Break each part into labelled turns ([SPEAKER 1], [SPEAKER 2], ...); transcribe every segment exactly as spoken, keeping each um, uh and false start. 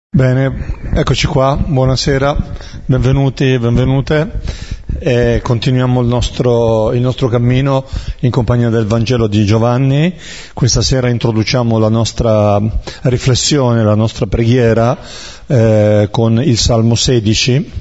[SPEAKER 1] Bene, eccoci qua, buonasera, benvenuti e benvenute. E continuiamo il nostro, il nostro cammino in compagnia del Vangelo di Giovanni. Questa sera introduciamo la nostra riflessione, la nostra preghiera eh, con il Salmo sedici,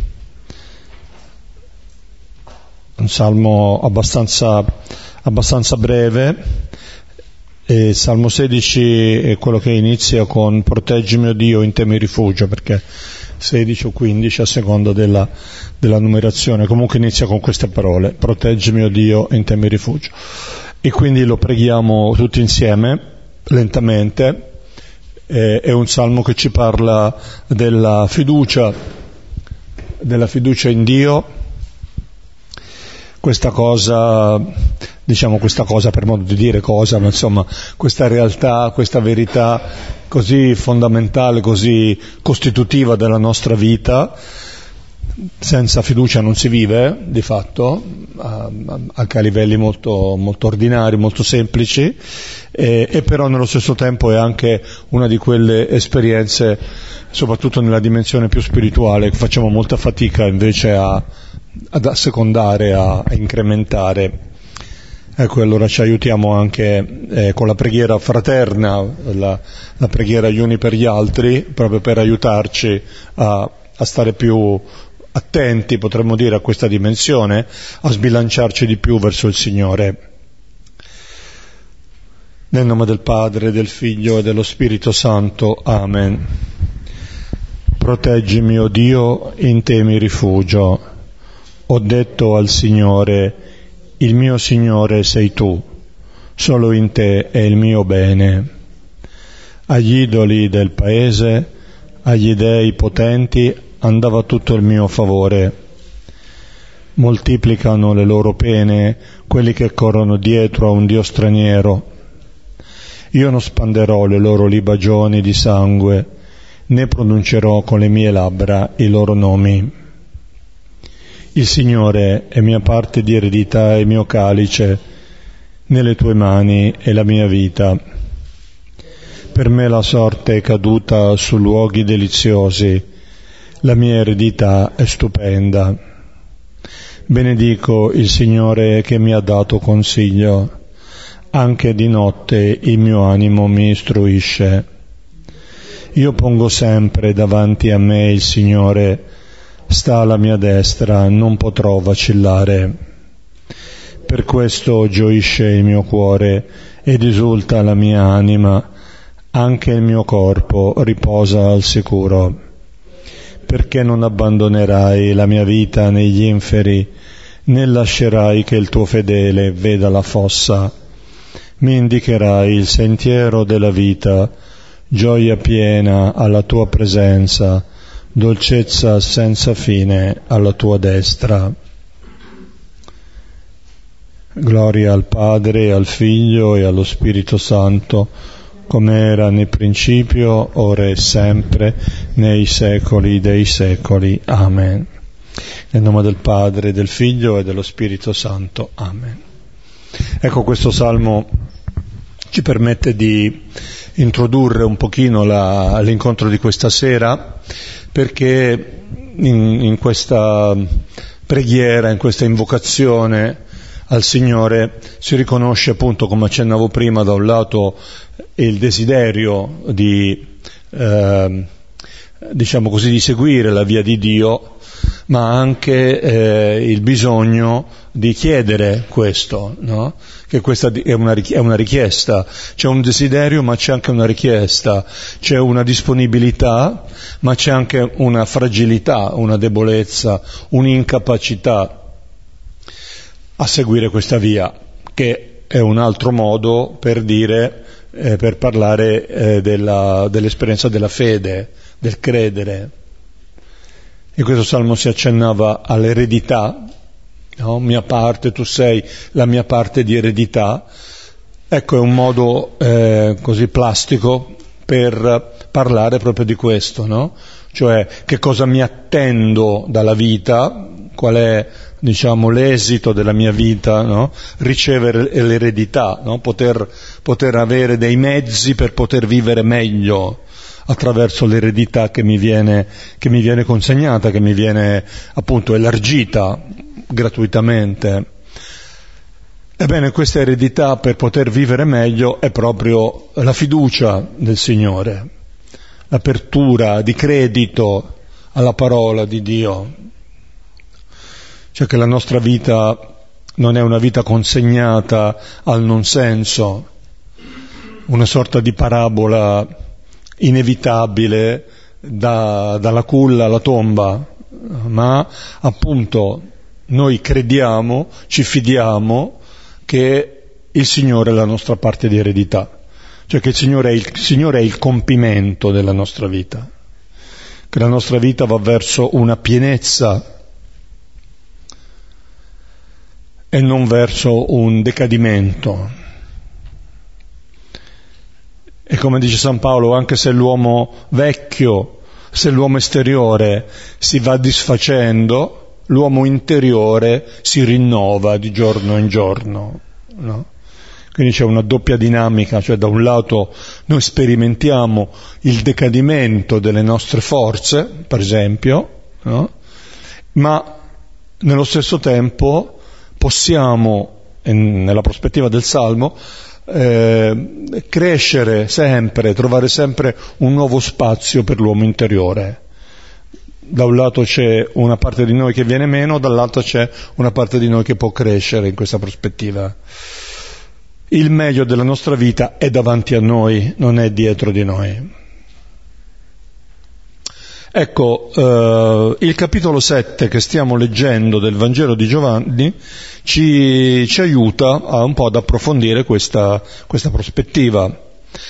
[SPEAKER 1] un salmo abbastanza, abbastanza breve. E il Salmo sedici è quello che inizia con proteggimi, o Dio, in te mi rifugio, perché sedici o quindici a seconda della, della numerazione, comunque inizia con queste parole: proteggimi, o Dio, in te mi rifugio. E quindi lo preghiamo tutti insieme, lentamente. Eh, è un salmo che ci parla della fiducia, della fiducia in Dio. Questa cosa, diciamo questa cosa per modo di dire cosa, ma insomma questa realtà, questa verità così fondamentale, così costitutiva della nostra vita. Senza fiducia non si vive, di fatto, anche a livelli molto, molto ordinari, molto semplici, e, e però nello stesso tempo è anche una di quelle esperienze, soprattutto nella dimensione più spirituale, che facciamo molta fatica invece a ad assecondare, a, a incrementare. Ecco, allora ci aiutiamo anche eh, con la preghiera fraterna, la, la preghiera gli uni per gli altri, proprio per aiutarci a, a stare più attenti, potremmo dire, a questa dimensione, a sbilanciarci di più verso il Signore. Nel nome del Padre, del Figlio e dello Spirito Santo. Amen. Proteggimi, o Dio, in te mi rifugio. Ho detto al Signore: il mio Signore sei tu, solo in te è il mio bene. Agli idoli del paese, agli dei potenti, andava tutto il mio favore. Moltiplicano le loro pene quelli che corrono dietro a un Dio straniero. Io non spanderò le loro libagioni di sangue, né pronuncerò con le mie labbra i loro nomi. Il Signore è mia parte di eredità e mio calice, nelle tue mani è la mia vita. Per me la sorte è caduta su luoghi deliziosi, la mia eredità è stupenda. Benedico il Signore che mi ha dato consiglio, anche di notte il mio animo mi istruisce. Io pongo sempre davanti a me il Signore, sta alla mia destra, non potrò vacillare. Per questo gioisce il mio cuore ed esulta la mia anima, anche il mio corpo riposa al sicuro. Perché non abbandonerai la mia vita negli inferi, né lascerai che il tuo fedele veda la fossa. Mi indicherai il sentiero della vita, gioia piena alla tua presenza, dolcezza senza fine alla tua destra. Gloria al Padre, al Figlio e allo Spirito Santo, come era nel principio, ora e sempre, nei secoli dei secoli. Amen. Nel nome del Padre, del Figlio e dello Spirito Santo. Amen. Ecco, questo salmo ci permette di introdurre un pochino la, l'incontro di questa sera, perché in, in questa preghiera, in questa invocazione al Signore si riconosce, appunto, come accennavo prima, da un lato il desiderio di, eh, diciamo così, di seguire la via di Dio, ma anche eh, il bisogno di chiedere questo, no? Che questa è una, è una richiesta. C'è un desiderio, ma c'è anche una richiesta. C'è una disponibilità, ma c'è anche una fragilità, una debolezza, un'incapacità a seguire questa via, che è un altro modo per dire, eh, per parlare eh, della, dell'esperienza della fede, del credere. In questo salmo si accennava all'eredità, no? Mia parte, tu sei la mia parte di eredità. Ecco, è un modo eh, così plastico per parlare proprio di questo, no? Cioè, che cosa mi attendo dalla vita, qual è, diciamo, l'esito della mia vita, no? Ricevere l'eredità, no? Poter, poter avere dei mezzi per poter vivere meglio, attraverso l'eredità che mi viene, che mi viene consegnata, che mi viene appunto elargita gratuitamente. Ebbene, questa eredità, per poter vivere meglio, è proprio la fiducia del Signore, l'apertura di credito alla parola di Dio. Cioè che la nostra vita non è una vita consegnata al non senso, una sorta di parabola inevitabile da, dalla culla alla tomba, ma appunto noi crediamo, ci fidiamo che il Signore è la nostra parte di eredità, cioè che il Signore è il, il Signore è il compimento della nostra vita, che la nostra vita va verso una pienezza e non verso un decadimento. E come dice San Paolo, anche se l'uomo vecchio, se l'uomo esteriore si va disfacendo, l'uomo interiore si rinnova di giorno in giorno, no? Quindi c'è una doppia dinamica, cioè da un lato noi sperimentiamo il decadimento delle nostre forze, per esempio, no? Ma nello stesso tempo possiamo, nella prospettiva del Salmo, eh, crescere sempre, trovare sempre un nuovo spazio per l'uomo interiore. Da un lato c'è una parte di noi che viene meno, dall'altro c'è una parte di noi che può crescere in questa prospettiva. Il meglio della nostra vita è davanti a noi, non è dietro di noi. Ecco, eh, il capitolo sette che stiamo leggendo del Vangelo di Giovanni ci, ci aiuta a un po' ad approfondire questa, questa prospettiva.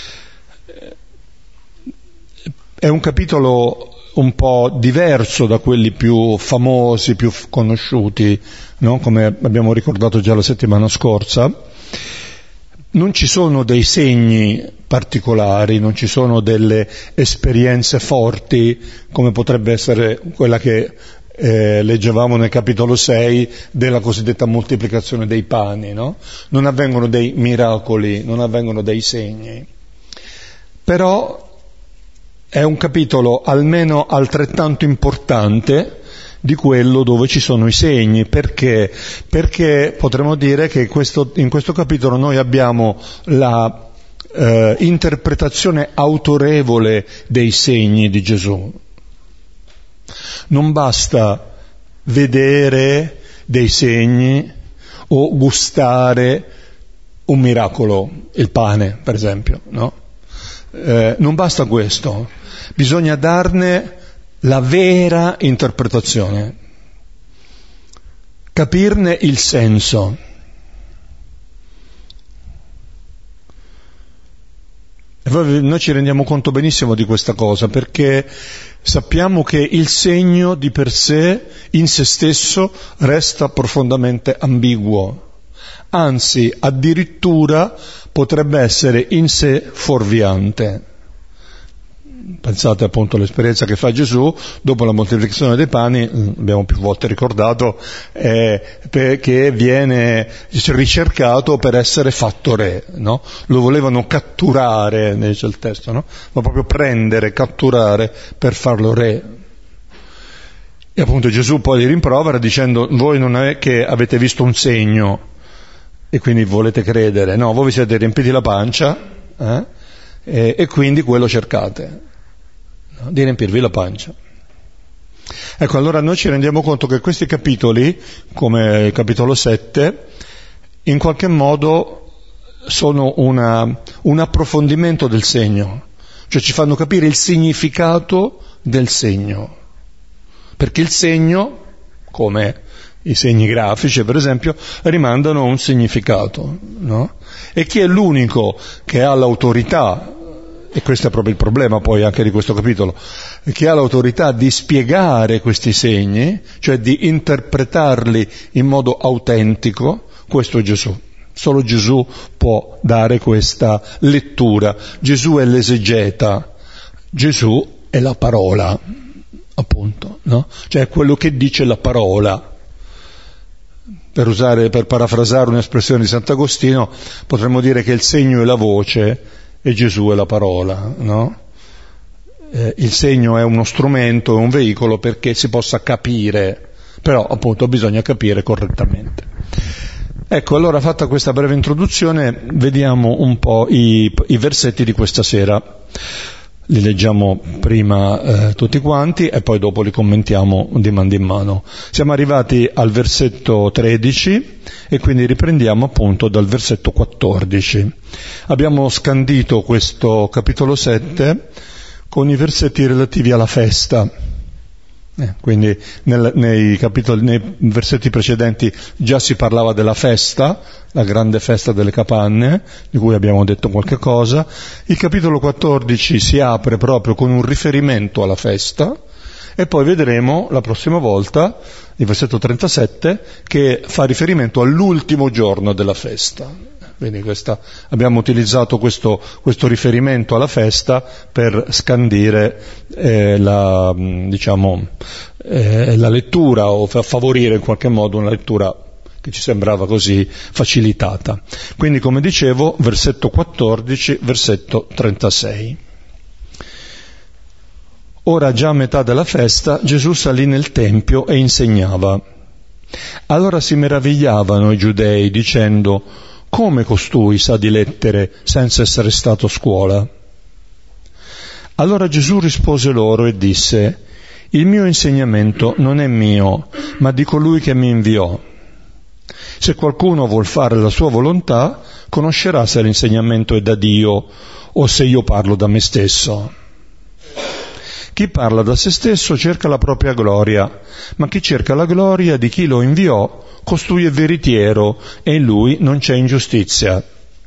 [SPEAKER 1] È un capitolo un po' diverso da quelli più famosi, più conosciuti, no? Come abbiamo ricordato già la settimana scorsa. Non ci sono dei segni particolari, non ci sono delle esperienze forti, come potrebbe essere quella che eh, leggevamo nel capitolo sei della cosiddetta moltiplicazione dei pani, no? Non avvengono dei miracoli, non avvengono dei segni. Però è un capitolo almeno altrettanto importante di quello dove ci sono i segni. Perché? Perché potremmo dire che questo, in questo capitolo noi abbiamo la eh, interpretazione autorevole dei segni di Gesù. Non basta vedere dei segni o gustare un miracolo, il pane per esempio, no? Eh, non basta questo, bisogna darne la vera interpretazione, capirne il senso. E noi ci rendiamo conto benissimo di questa cosa, perché sappiamo che il segno di per sé, in se stesso, resta profondamente ambiguo, anzi addirittura potrebbe essere in sé fuorviante. Pensate appunto all'esperienza che fa Gesù dopo la moltiplicazione dei pani, abbiamo più volte ricordato, eh, che viene ricercato per essere fatto re, no? Lo volevano catturare, dice il testo, no? Ma proprio prendere, catturare per farlo re. E appunto Gesù poi li rimprovera dicendo: voi non è che avete visto un segno e quindi volete credere, no, voi vi siete riempiti la pancia eh? e, e quindi quello cercate, no? Di riempirvi la pancia. Ecco, allora noi ci rendiamo conto che questi capitoli, come il capitolo sette, in qualche modo sono una, un approfondimento del segno, cioè ci fanno capire il significato del segno, perché il segno, come i segni grafici per esempio, rimandano a un significato, no? E chi è l'unico che ha l'autorità, e questo è proprio il problema poi anche di questo capitolo, che ha l'autorità di spiegare questi segni, cioè di interpretarli in modo autentico, questo è Gesù. Solo Gesù può dare questa lettura. Gesù è l'esegeta, Gesù è la parola, appunto, no? Cioè quello che dice la parola. Per usare, per parafrasare un'espressione di eh, il segno è uno strumento, è un veicolo perché si possa capire, però appunto bisogna capire correttamente. Ecco, allora fatta questa breve introduzione, vediamo un po' i, i versetti di questa sera. Li leggiamo prima eh, tutti quanti e poi dopo li commentiamo di mano in mano. Siamo arrivati al versetto tredici e quindi riprendiamo appunto dal versetto quattordici. Abbiamo scandito questo capitolo sette con i versetti relativi alla festa. Eh, quindi nel, nei, capitoli, nei versetti precedenti già si parlava della festa, la grande festa delle capanne, di cui abbiamo detto qualche cosa. Il capitolo quattordici si apre proprio con un riferimento alla festa e poi vedremo la prossima volta, il versetto trentasette, che fa riferimento all'ultimo giorno della festa. Quindi questa, abbiamo utilizzato questo, questo riferimento alla festa per scandire eh, la, diciamo, eh, la lettura o fa favorire in qualche modo una lettura che ci sembrava così facilitata. Quindi, come dicevo, versetto quattordici, versetto trentasei. Ora, già a metà della festa, Gesù salì nel Tempio e insegnava. Allora si meravigliavano i giudei dicendo: come costui sa di lettere senza essere stato a scuola? Allora Gesù rispose loro e disse: il mio insegnamento non è mio, ma di colui che mi inviò. Se qualcuno vuol fare la sua volontà, conoscerà se l'insegnamento è da Dio o se io parlo da me stesso. Chi parla da se stesso cerca la propria gloria, ma chi cerca la gloria di chi lo inviò, costui è veritiero e in lui non c'è ingiustizia.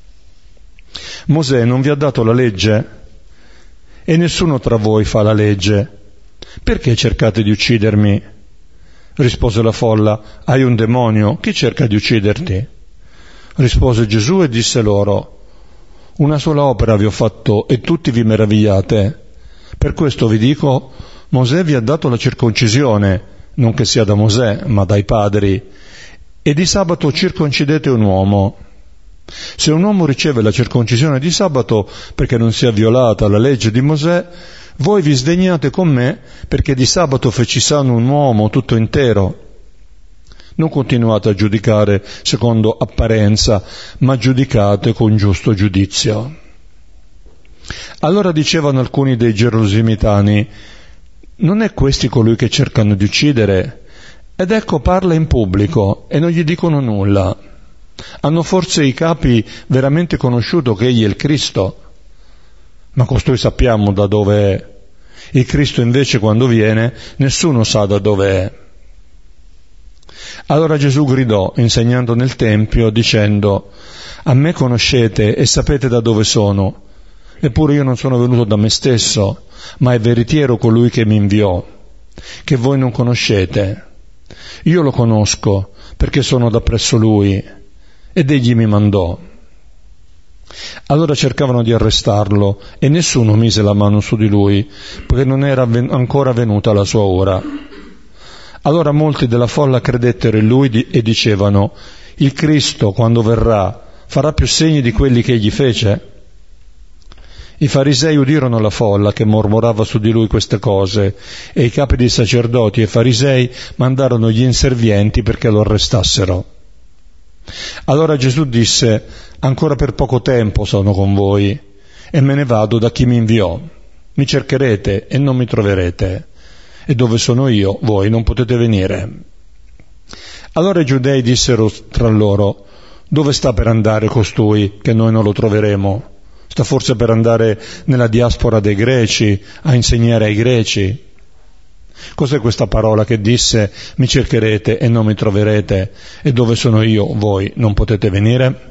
[SPEAKER 1] Mosè non vi ha dato la legge? E nessuno tra voi fa la legge. Perché cercate di uccidermi? Rispose la folla: hai un demonio, chi cerca di ucciderti? Rispose Gesù e disse loro: una sola opera vi ho fatto e tutti vi meravigliate. Per questo vi dico, Mosè vi ha dato la circoncisione, non che sia da Mosè, ma dai padri, e di sabato circoncidete un uomo. Se un uomo riceve la circoncisione di sabato perché non sia violata la legge di Mosè, voi vi sdegnate con me perché di sabato feci sano un uomo tutto intero. Non continuate a giudicare secondo apparenza, ma giudicate con giusto giudizio. Allora dicevano alcuni dei gerosomitani: non è questi colui che cercano di uccidere? Ed ecco parla in pubblico e non gli dicono nulla. Hanno forse i capi veramente conosciuto che egli è il Cristo? Ma costui sappiamo da dove è. Il Cristo invece quando viene nessuno sa da dove è. Allora Gesù gridò, insegnando nel Tempio, dicendo: a me conoscete e sapete da dove sono. Eppure io non sono venuto da me stesso, ma è veritiero colui che mi inviò, che voi non conoscete. Io lo conosco, perché sono da presso lui, ed egli mi mandò. Allora cercavano di arrestarlo, e nessuno mise la mano su di lui, perché non era ancora venuta la sua ora. Allora molti della folla credettero in lui e dicevano: il Cristo, quando verrà, farà più segni di quelli che egli fece? I farisei udirono la folla che mormorava su di lui queste cose, e i capi dei sacerdoti e farisei mandarono gli inservienti perché lo arrestassero. Allora Gesù disse: ancora per poco tempo sono con voi, e me ne vado da chi mi inviò. Mi cercherete e non mi troverete, e dove sono io voi non potete venire. Allora i giudei dissero tra loro: dove sta per andare costui che noi non lo troveremo? Sta forse per andare nella diaspora dei greci a insegnare ai greci? Cos'è questa parola che disse: mi cercherete e non mi troverete, e dove sono io voi non potete venire?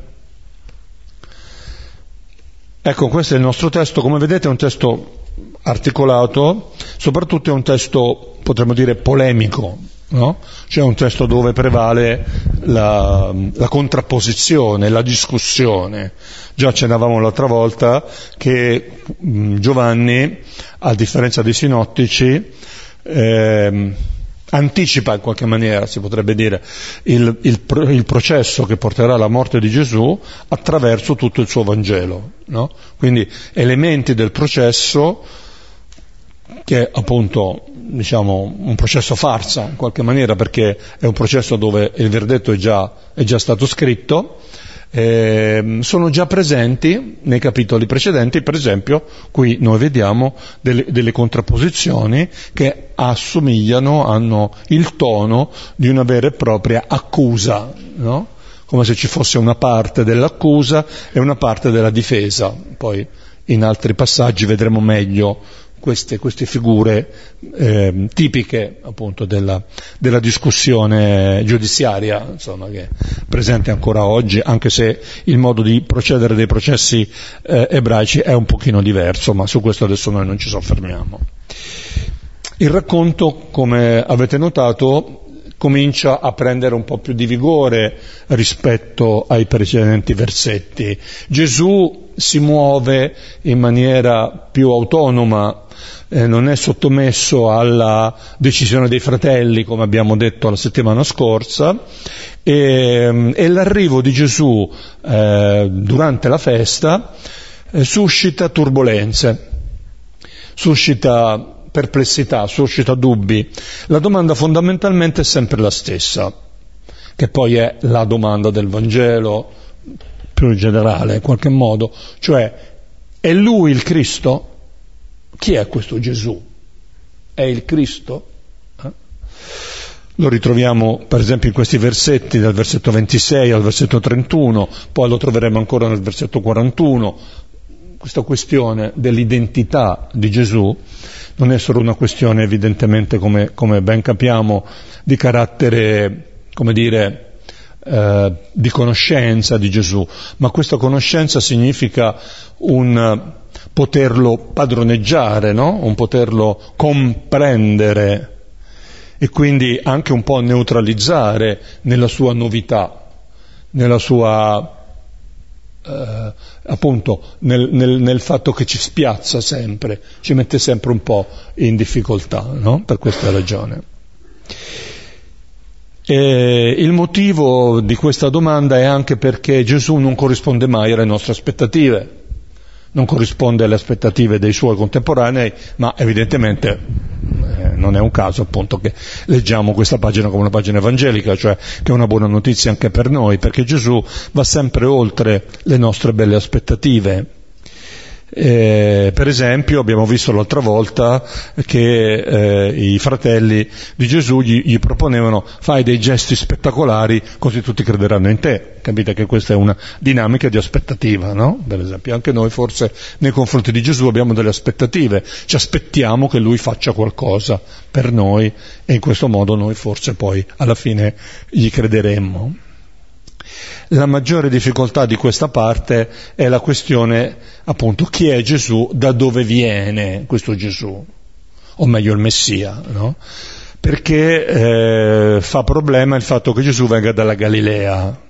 [SPEAKER 1] Ecco, questo è il nostro testo. Come vedete è un testo articolato, soprattutto è un testo, potremmo dire, polemico, no? Cioè un testo dove prevale la, la contrapposizione, la discussione. Già accennavamo l'altra volta che Giovanni, a differenza dei sinottici, eh, anticipa in qualche maniera, si potrebbe dire, il, il, il processo che porterà alla morte di Gesù attraverso tutto il suo Vangelo, no? Quindi elementi del processo che è appunto, diciamo, un processo farsa in qualche maniera, perché è un processo dove il verdetto è già, è già stato scritto, eh, sono già presenti nei capitoli precedenti. Per esempio qui noi vediamo delle, delle contrapposizioni che assomigliano, hanno il tono di una vera e propria accusa, no? Come se ci fosse una parte dell'accusa e una parte della difesa. Poi in altri passaggi vedremo meglio queste, queste figure eh, tipiche appunto della, della discussione giudiziaria, insomma, che è presente ancora oggi, anche se il modo di procedere dei processi eh, ebraici è un pochino diverso, ma su questo adesso noi non ci soffermiamo. Il racconto, come avete notato, comincia a prendere un po' più di vigore rispetto ai precedenti versetti. Gesù si muove in maniera più autonoma, eh, non è sottomesso alla decisione dei fratelli, come abbiamo detto la settimana scorsa, e, e l'arrivo di Gesù eh, durante la festa eh, suscita turbolenze, suscita perplessità, suscita dubbi. La domanda fondamentalmente è sempre la stessa, che poi è la domanda del Vangelo più generale in qualche modo, cioè: è lui il Cristo? Chi è questo Gesù? È il Cristo? Eh? Lo ritroviamo per esempio in questi versetti, dal versetto ventisei al versetto trentuno, poi lo troveremo ancora nel versetto quarantuno. Questa questione dell'identità di Gesù non è solo una questione, evidentemente, come, come ben capiamo, di carattere, come dire, eh, di conoscenza di Gesù, ma questa conoscenza significa un poterlo padroneggiare, no? Un poterlo comprendere e quindi anche un po' neutralizzare nella sua novità, nella sua Uh, appunto nel, nel, nel fatto che ci spiazza sempre, ci mette sempre un po' in difficoltà, no? Per questa ragione. E il motivo di questa domanda è anche perché Gesù non corrisponde mai alle nostre aspettative, non corrisponde alle aspettative dei suoi contemporanei, ma evidentemente eh, non è un caso appunto che leggiamo questa pagina come una pagina evangelica, cioè che è una buona notizia anche per noi, perché Gesù va sempre oltre le nostre belle aspettative. Eh, per esempio abbiamo visto l'altra volta che eh, i fratelli di Gesù gli, gli proponevano: fai dei gesti spettacolari così tutti crederanno in te. Capite che questa è una dinamica di aspettativa, no? Per esempio anche noi forse nei confronti di Gesù abbiamo delle aspettative, ci aspettiamo che lui faccia qualcosa per noi e in questo modo noi forse poi alla fine gli crederemmo. La maggiore difficoltà di questa parte è la questione, appunto, chi è Gesù, da dove viene questo Gesù, o meglio il Messia, no? Perché eh, fa problema il fatto che Gesù venga dalla Galilea,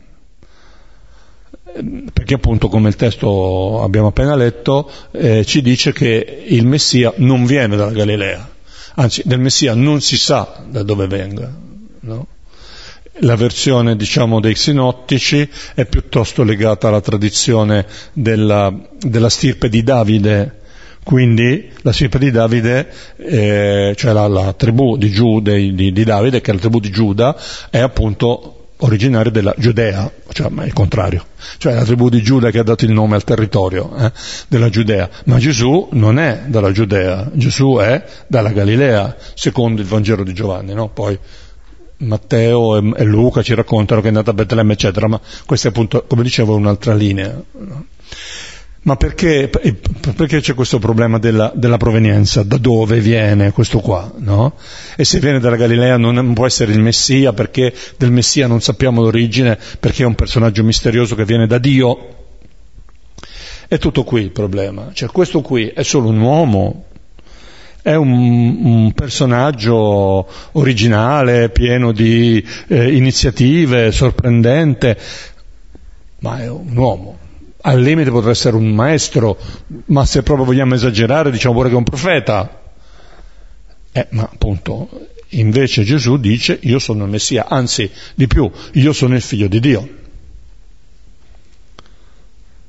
[SPEAKER 1] perché appunto, come il testo abbiamo appena letto, eh, ci dice che il Messia non viene dalla Galilea, anzi del Messia non si sa da dove venga, no? La versione, diciamo, dei sinottici è piuttosto legata alla tradizione della, della stirpe di Davide, quindi la stirpe di Davide, eh, cioè la, la tribù di, Giuda, di, di Davide, che è la tribù di Giuda, è appunto originaria della Giudea, cioè ma è il contrario, cioè la tribù di Giuda che ha dato il nome al territorio eh, della Giudea, ma Gesù non è dalla Giudea, Gesù è dalla Galilea, secondo il Vangelo di Giovanni, no? Poi Matteo e Luca ci raccontano che è andato a Betlemme eccetera, ma questa è appunto, come dicevo, un'altra linea. Ma perché, perché c'è questo problema della, della provenienza? Da dove viene questo qua, no? E se viene dalla Galilea non può essere il Messia, perché del Messia non sappiamo l'origine, perché è un personaggio misterioso che viene da Dio. È tutto qui il problema, cioè questo qui è solo un uomo, è un, un personaggio originale, pieno di eh, iniziative, sorprendente, ma è un uomo. Al limite potrà essere un maestro, ma se proprio vogliamo esagerare diciamo pure che è un profeta. Eh, ma appunto, invece Gesù dice: io sono il Messia, anzi di più, io sono il figlio di Dio.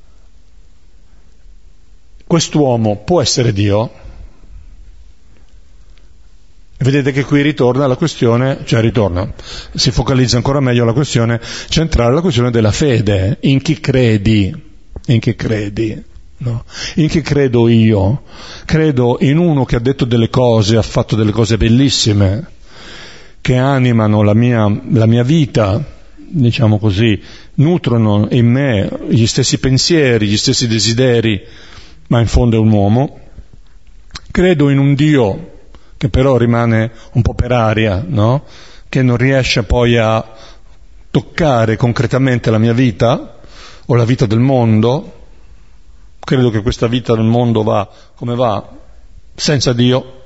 [SPEAKER 1] Quest'uomo può essere Dio? E vedete che qui ritorna la questione, cioè ritorna, si focalizza ancora meglio la questione centrale, la questione della fede. In chi credi? In chi credi? No. In chi credo io? Credo in uno che ha detto delle cose, ha fatto delle cose bellissime, che animano la mia, la mia vita, diciamo così, nutrono in me gli stessi pensieri, gli stessi desideri, ma in fondo è un uomo. Credo in un Dio che però rimane un po' per aria, no? Che non riesce poi a toccare concretamente la mia vita o la vita del mondo. Credo che questa vita del mondo va come va, senza Dio.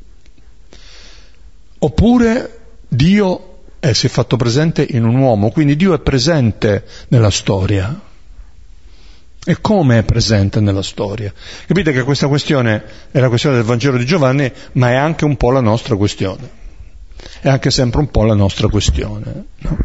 [SPEAKER 1] Oppure Dio è, si è fatto presente in un uomo, quindi Dio è presente nella storia. E come è presente nella storia? Capite che questa questione è la questione del Vangelo di Giovanni, ma è anche un po' la nostra questione. È anche sempre un po' la nostra questione, no?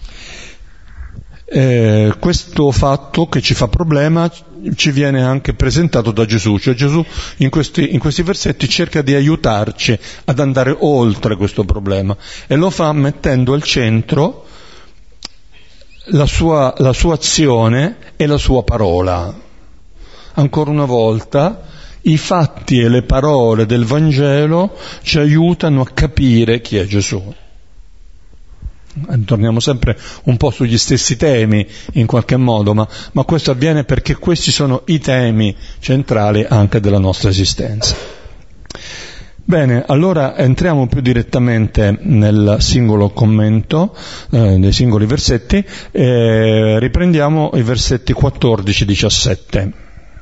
[SPEAKER 1] Eh, questo fatto che ci fa problema ci viene anche presentato da Gesù, cioè Gesù in questi, in questi versetti cerca di aiutarci ad andare oltre questo problema e lo fa mettendo al centro la sua, la sua azione e la sua parola. Ancora una volta i fatti e le parole del Vangelo ci aiutano a capire chi è Gesù. Torniamo sempre un po' sugli stessi temi in qualche modo, ma, ma questo avviene perché questi sono i temi centrali anche della nostra esistenza. Bene, allora entriamo più direttamente nel singolo commento eh, dei singoli versetti e riprendiamo i versetti quattordici diciassette.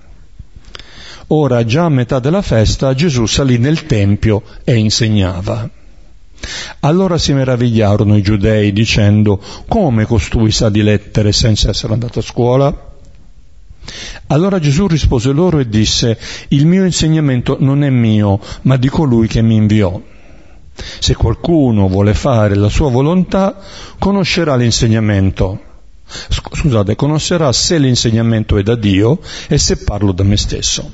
[SPEAKER 1] Ora, già a metà della festa, Gesù salì nel Tempio e insegnava. Allora si meravigliarono i giudei dicendo: come costui sa di lettere senza essere andato a scuola? Allora Gesù rispose loro e disse: il mio insegnamento non è mio, ma di colui che mi inviò. Se qualcuno vuole fare la sua volontà, conoscerà l'insegnamento. Scusate, conoscerà se l'insegnamento è da Dio e se parlo da me stesso.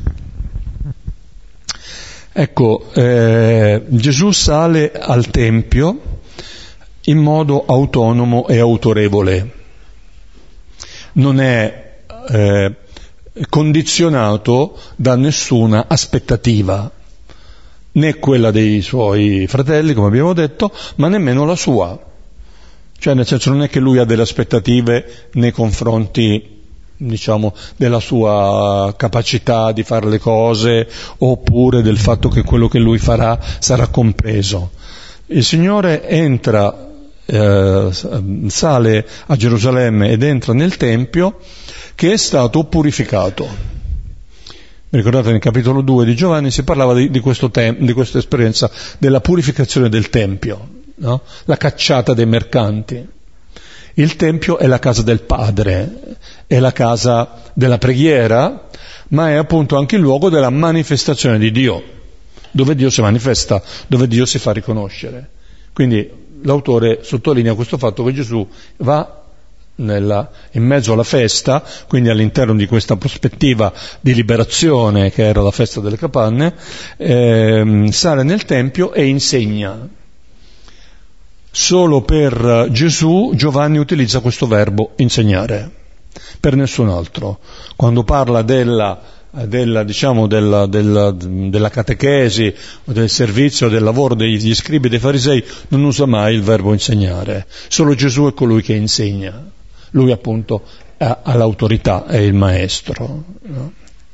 [SPEAKER 1] Ecco, eh, Gesù sale al Tempio in modo autonomo e autorevole. Non è eh, condizionato da nessuna aspettativa, né quella dei suoi fratelli, come abbiamo detto, ma nemmeno la sua. Cioè, nel senso, non è che lui ha delle aspettative nei confronti, diciamo, della sua capacità di fare le cose, oppure del fatto che quello che lui farà sarà compreso. Il Signore entra, eh, sale a Gerusalemme ed entra nel Tempio che è stato purificato. Mi ricordate nel capitolo due di Giovanni si parlava di, di, questo tem- di questa esperienza della purificazione del Tempio, no? La cacciata dei mercanti. Il Tempio è la casa del Padre, è la casa della preghiera, ma è appunto anche il luogo della manifestazione di Dio, dove Dio si manifesta, dove Dio si fa riconoscere. Quindi l'autore sottolinea questo fatto che Gesù va nella, in mezzo alla festa, quindi all'interno di questa prospettiva di liberazione che era la festa delle capanne, eh, sale nel Tempio e insegna. Solo per Gesù Giovanni utilizza questo verbo insegnare, per nessun altro. Quando parla della, della, diciamo, della, della, della catechesi, del servizio, del lavoro degli scribi e dei farisei, non usa mai il verbo insegnare. Solo Gesù è colui che insegna. Lui appunto ha, ha l'autorità, è il maestro, no?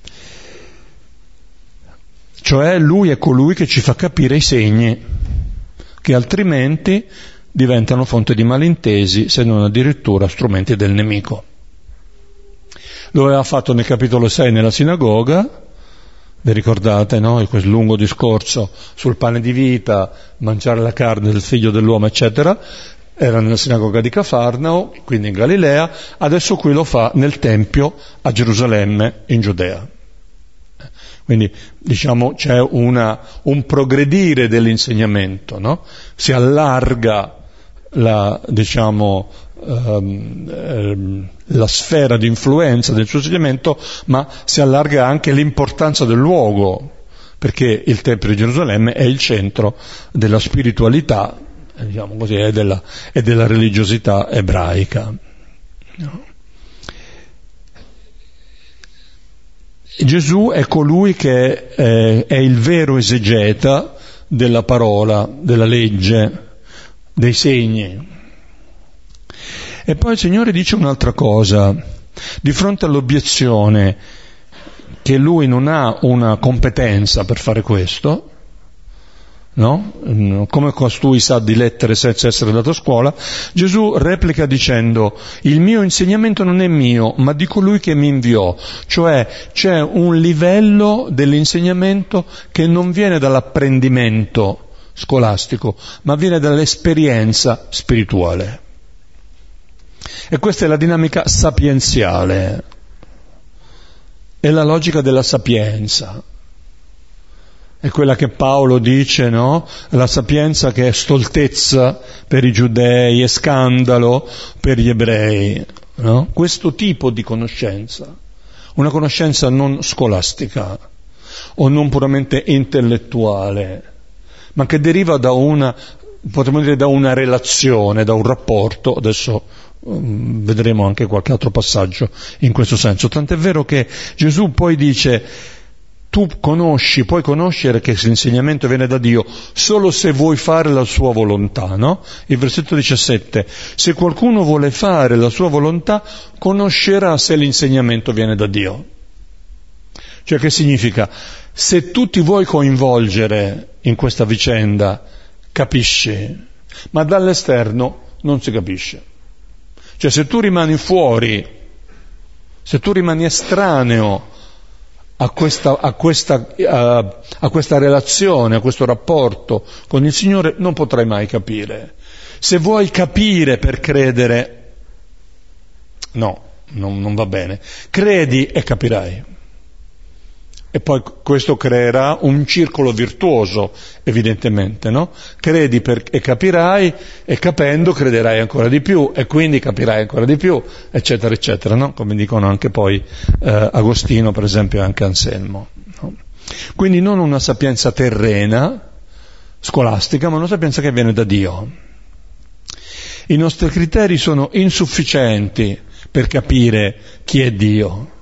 [SPEAKER 1] Cioè lui è colui che ci fa capire i segni, che altrimenti diventano fonte di malintesi, se non addirittura strumenti del nemico. Lo aveva fatto nel capitolo sei nella sinagoga, vi ricordate, no? Quel lungo discorso sul pane di vita, mangiare la carne del figlio dell'uomo, eccetera. Era nella sinagoga di Cafarnao, quindi in Galilea, adesso qui lo fa nel Tempio a Gerusalemme, in Giudea. Quindi, diciamo, c'è una, un progredire dell'insegnamento, no? Si allarga la, diciamo, ehm, ehm, la sfera di influenza del suo insegnamento, ma si allarga anche l'importanza del luogo, perché il Tempio di Gerusalemme è il centro della spiritualità, diciamo così, e della, e della religiosità ebraica. No. Gesù è colui che è, è il vero esegeta della parola, della legge, dei segni. E poi il Signore dice un'altra cosa, di fronte all'obiezione che lui non ha una competenza per fare questo, no? Come costui sa di lettere senza essere andato a scuola, Gesù replica dicendo: il mio insegnamento non è mio, ma di colui che mi inviò. Cioè c'è un livello dell'insegnamento che non viene dall'apprendimento scolastico, ma viene dall'esperienza spirituale. E questa è la dinamica sapienziale, è la logica della sapienza. È quella che Paolo dice, no? La sapienza che è stoltezza per i giudei e scandalo per gli ebrei, no? Questo tipo di conoscenza, una conoscenza non scolastica o non puramente intellettuale, ma che deriva da una, potremmo dire, da una relazione, da un rapporto. Adesso um, vedremo anche qualche altro passaggio in questo senso. Tant'è vero che Gesù poi dice: tu conosci, puoi conoscere che l'insegnamento viene da Dio solo se vuoi fare la sua volontà, no? Il versetto diciassette: se qualcuno vuole fare la sua volontà, conoscerà se l'insegnamento viene da Dio. Cioè, che significa? Se tu ti vuoi coinvolgere in questa vicenda, capisci, ma dall'esterno non si capisce. Cioè, se tu rimani fuori, se tu rimani estraneo a questa, a questa, a, a questa relazione, a questo rapporto con il Signore, non potrai mai capire. Se vuoi capire per credere, no, non, non va bene. Credi e capirai. E poi questo creerà un circolo virtuoso, evidentemente, no? Credi per, e capirai, e capendo crederai ancora di più, e quindi capirai ancora di più, eccetera, eccetera, no? Come dicono anche poi eh, Agostino, per esempio, e anche Anselmo. No? Quindi non una sapienza terrena, scolastica, ma una sapienza che viene da Dio. I nostri criteri sono insufficienti per capire chi è Dio.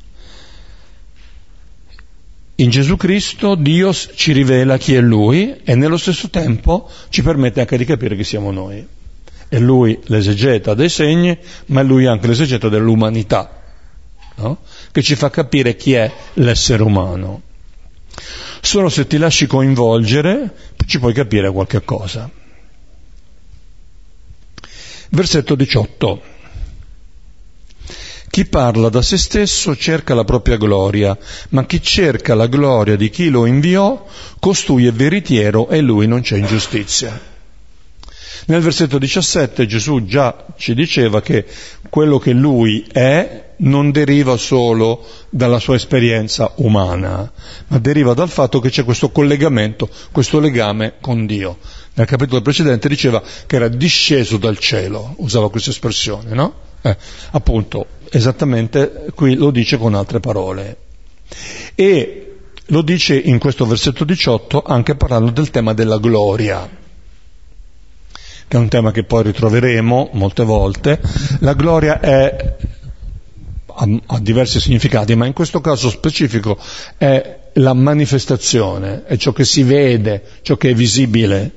[SPEAKER 1] In Gesù Cristo Dio ci rivela chi è Lui e nello stesso tempo ci permette anche di capire chi siamo noi. È Lui l'esegeta dei segni, ma è Lui anche l'esegeta dell'umanità, no? Che ci fa capire chi è l'essere umano. Solo se ti lasci coinvolgere ci puoi capire qualche cosa. Versetto diciotto. Chi parla da se stesso cerca la propria gloria, ma chi cerca la gloria di chi lo inviò, costui è veritiero e lui non c'è ingiustizia. Nel versetto diciassette Gesù già ci diceva che quello che lui è non deriva solo dalla sua esperienza umana, ma deriva dal fatto che c'è questo collegamento, questo legame con Dio. Nel capitolo precedente diceva che era disceso dal cielo, usava questa espressione, no? Eh, appunto, esattamente qui lo dice con altre parole. E lo dice in questo versetto diciotto anche parlando del tema della gloria, che è un tema che poi ritroveremo molte volte. La gloria è, ha, ha diversi significati, ma in questo caso specifico è la manifestazione, è ciò che si vede, ciò che è visibile.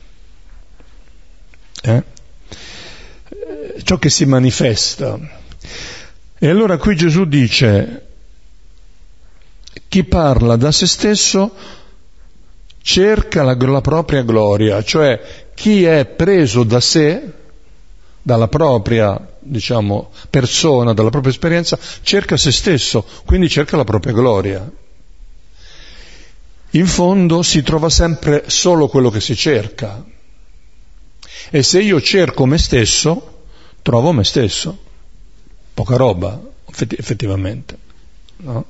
[SPEAKER 1] Eh? Ciò che si manifesta. E allora qui Gesù dice: chi parla da se stesso cerca la, la propria gloria, cioè chi è preso da sé, dalla propria, diciamo, persona, dalla propria esperienza, cerca se stesso, quindi cerca la propria gloria. In fondo si trova sempre solo quello che si cerca. E se io cerco me stesso, trovo me stesso. Poca roba, effettivamente, no?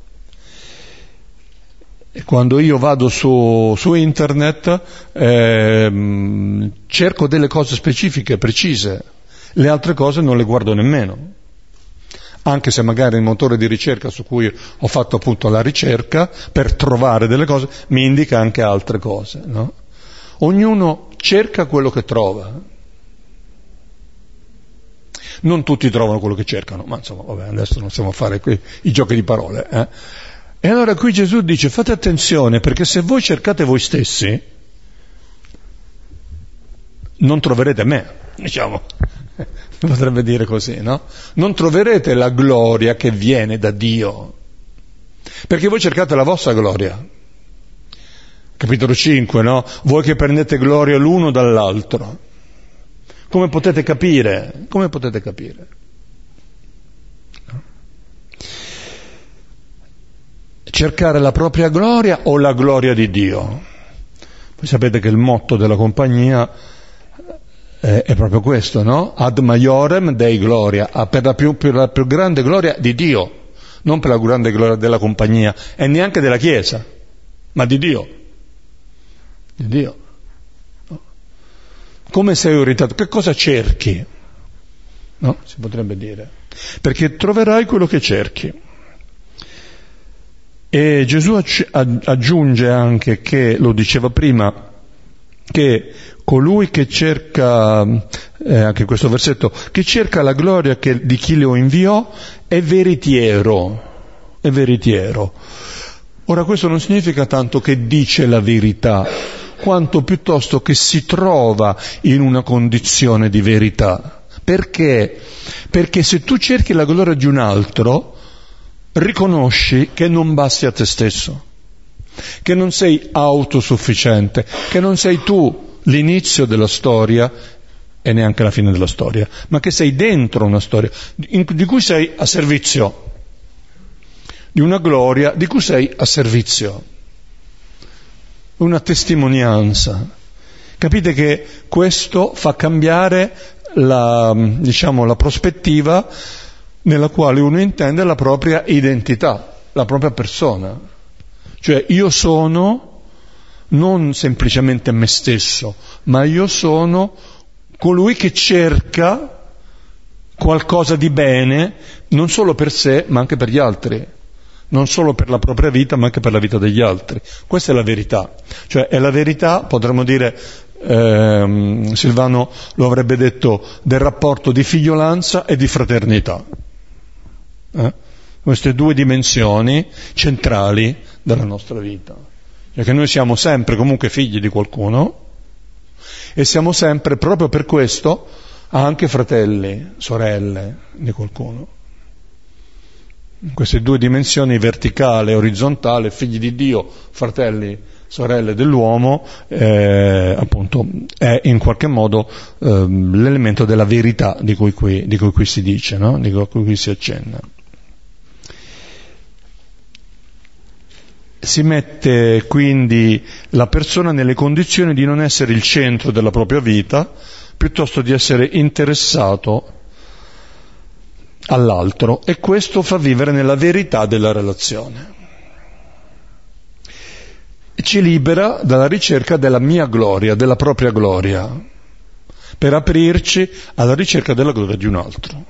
[SPEAKER 1] E quando io vado su, su internet eh, cerco delle cose specifiche, precise, le altre cose non le guardo nemmeno. anche se magari il motore di ricerca su cui ho fatto appunto la ricerca per trovare delle cose mi indica anche altre cose, no? Ognuno cerca quello che trova. Non tutti trovano quello che cercano, ma insomma, vabbè, adesso non stiamo a fare qui i giochi di parole. Eh? E allora qui Gesù dice: fate attenzione, perché se voi cercate voi stessi, non troverete me, diciamo, potrebbe dire così, no? Non troverete la gloria che viene da Dio, perché voi cercate la vostra gloria. Capitolo cinque, no? Voi che prendete gloria l'uno dall'altro. Come potete capire? Come potete capire? Cercare la propria gloria o la gloria di Dio? Voi sapete che il motto della compagnia è, è proprio questo, no? Ad maiorem Dei gloria, per la, più, per la più grande gloria di Dio, non per la grande gloria della compagnia e neanche della Chiesa, ma di Dio. Di Dio. Come sei orientato? Che cosa cerchi? No? Si potrebbe dire. Perché troverai quello che cerchi. E Gesù aggiunge anche che, lo diceva prima, che colui che cerca, eh, anche questo versetto, che cerca la gloria che, di chi lo inviò è veritiero, è veritiero. Ora questo non significa tanto che dice la verità, quanto piuttosto che si trova in una condizione di verità. Perché? Perché se tu cerchi la gloria di un altro, riconosci che non basti a te stesso, che non sei autosufficiente, che non sei tu l'inizio della storia e neanche la fine della storia, ma che sei dentro una storia di cui sei a servizio, di una gloria di cui sei a servizio, una testimonianza. Capite che questo fa cambiare la, diciamo, la prospettiva nella quale uno intende la propria identità, la propria persona. Cioè io sono non semplicemente me stesso, ma io sono colui che cerca qualcosa di bene non solo per sé ma anche per gli altri, non solo per la propria vita ma anche per la vita degli altri. Questa è la verità, cioè è la verità, potremmo dire, ehm, Silvano lo avrebbe detto, del rapporto di figliolanza e di fraternità. Eh? Queste due dimensioni centrali della nostra vita, cioè che noi siamo sempre comunque figli di qualcuno e siamo sempre, proprio per questo, anche fratelli, sorelle di qualcuno. Queste due dimensioni, verticale e orizzontale, figli di Dio, fratelli, sorelle dell'uomo, eh, appunto è in qualche modo eh, l'elemento della verità di cui qui, di cui qui si dice, no? Di cui qui si accenna. Si mette quindi la persona nelle condizioni di non essere il centro della propria vita, piuttosto di essere interessato all'altro, e questo fa vivere nella verità della relazione. Ci libera dalla ricerca della mia gloria, della propria gloria, per aprirci alla ricerca della gloria di un altro.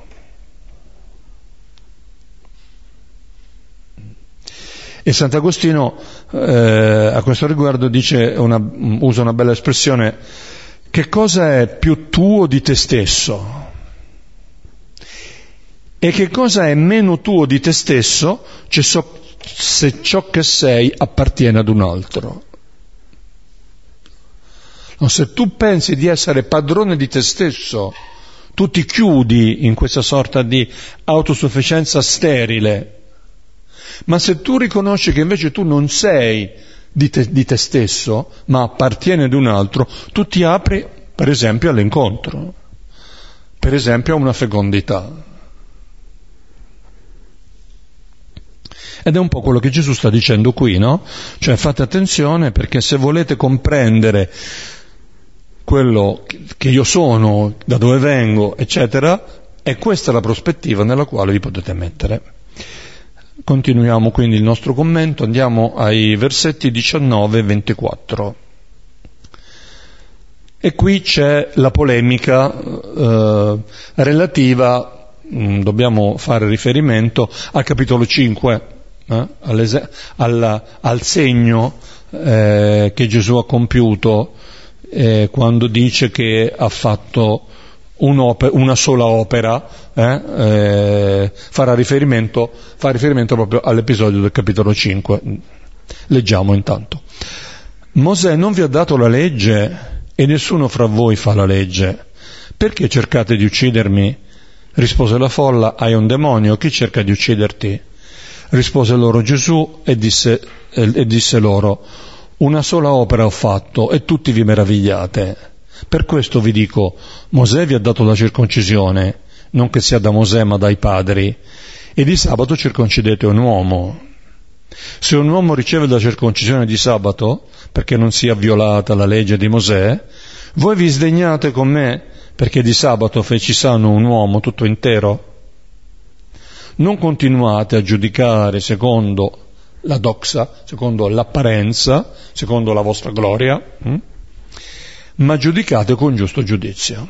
[SPEAKER 1] E Sant'Agostino eh, a questo riguardo dice una, usa una bella espressione: che cosa è più tuo di te stesso? E che cosa è meno tuo di te stesso cioè so, se ciò che sei appartiene ad un altro? No, se tu pensi di essere padrone di te stesso, tu ti chiudi in questa sorta di autosufficienza sterile. Ma se tu riconosci che invece tu non sei di te, di te stesso, ma appartiene ad un altro, tu ti apri, per esempio, all'incontro, per esempio a una fecondità. Ed è un po' quello che Gesù sta dicendo qui, no? Cioè fate attenzione, perché se volete comprendere quello che io sono, da dove vengo, eccetera, è questa la prospettiva nella quale vi potete mettere. Continuiamo quindi il nostro commento, andiamo ai versetti diciannove e ventiquattro. E qui c'è la polemica eh, relativa mh, dobbiamo fare riferimento al capitolo cinque, eh, al, al segno eh, che Gesù ha compiuto eh, quando dice che ha fatto una sola opera, eh, eh, farà riferimento, fa riferimento proprio all'episodio del capitolo cinque. Leggiamo intanto. Mosè non vi ha dato la legge e nessuno fra voi fa la legge. Perché cercate di uccidermi? Rispose la folla, hai un demonio, chi cerca di ucciderti? Rispose loro Gesù e disse, e disse loro, una sola opera ho fatto e tutti vi meravigliate. Per questo vi dico, Mosè vi ha dato la circoncisione, non che sia da Mosè ma dai padri, e di sabato circoncidete un uomo. Se un uomo riceve la circoncisione di sabato, perché non sia violata la legge di Mosè, voi vi sdegnate con me, perché di sabato feci sano un uomo tutto intero. Non continuate a giudicare secondo la doxa, secondo l'apparenza, secondo la vostra gloria, hm? ma giudicate con giusto giudizio.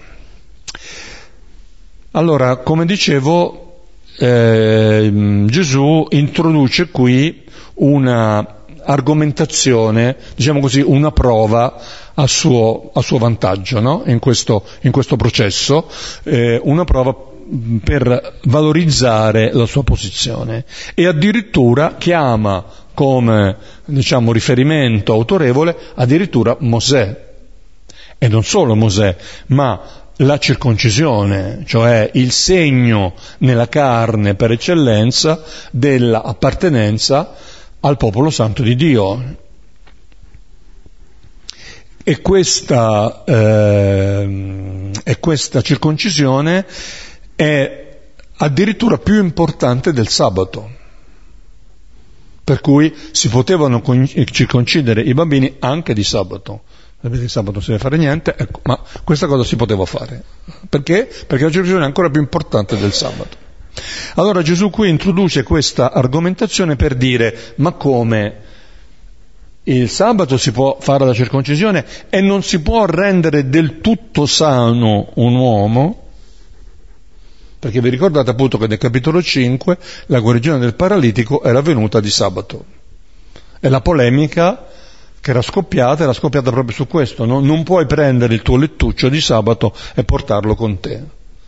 [SPEAKER 1] Allora, come dicevo, eh, Gesù introduce qui una argomentazione, diciamo così, una prova a suo, a suo vantaggio, no? in, questo, in questo processo, eh, una prova per valorizzare la sua posizione, e addirittura chiama come, diciamo, riferimento autorevole addirittura Mosè. E non solo Mosè, ma la circoncisione, cioè il segno nella carne per eccellenza dell'appartenenza al popolo santo di Dio. E questa, eh, e questa circoncisione è addirittura più importante del sabato, per cui si potevano circoncidere i bambini anche di sabato. Sapete, il sabato non si deve fare niente, ecco, ma questa cosa si poteva fare. Perché? Perché la circoncisione è ancora più importante del sabato. Allora Gesù qui introduce questa argomentazione per dire, ma come? Il sabato si può fare la circoncisione e non si può rendere del tutto sano un uomo? Perché vi ricordate appunto che nel capitolo cinque la guarigione del paralitico era avvenuta di sabato. E la polemica che era scoppiata, era scoppiata proprio su questo, no? Non puoi prendere il tuo lettuccio di sabato e portarlo con te.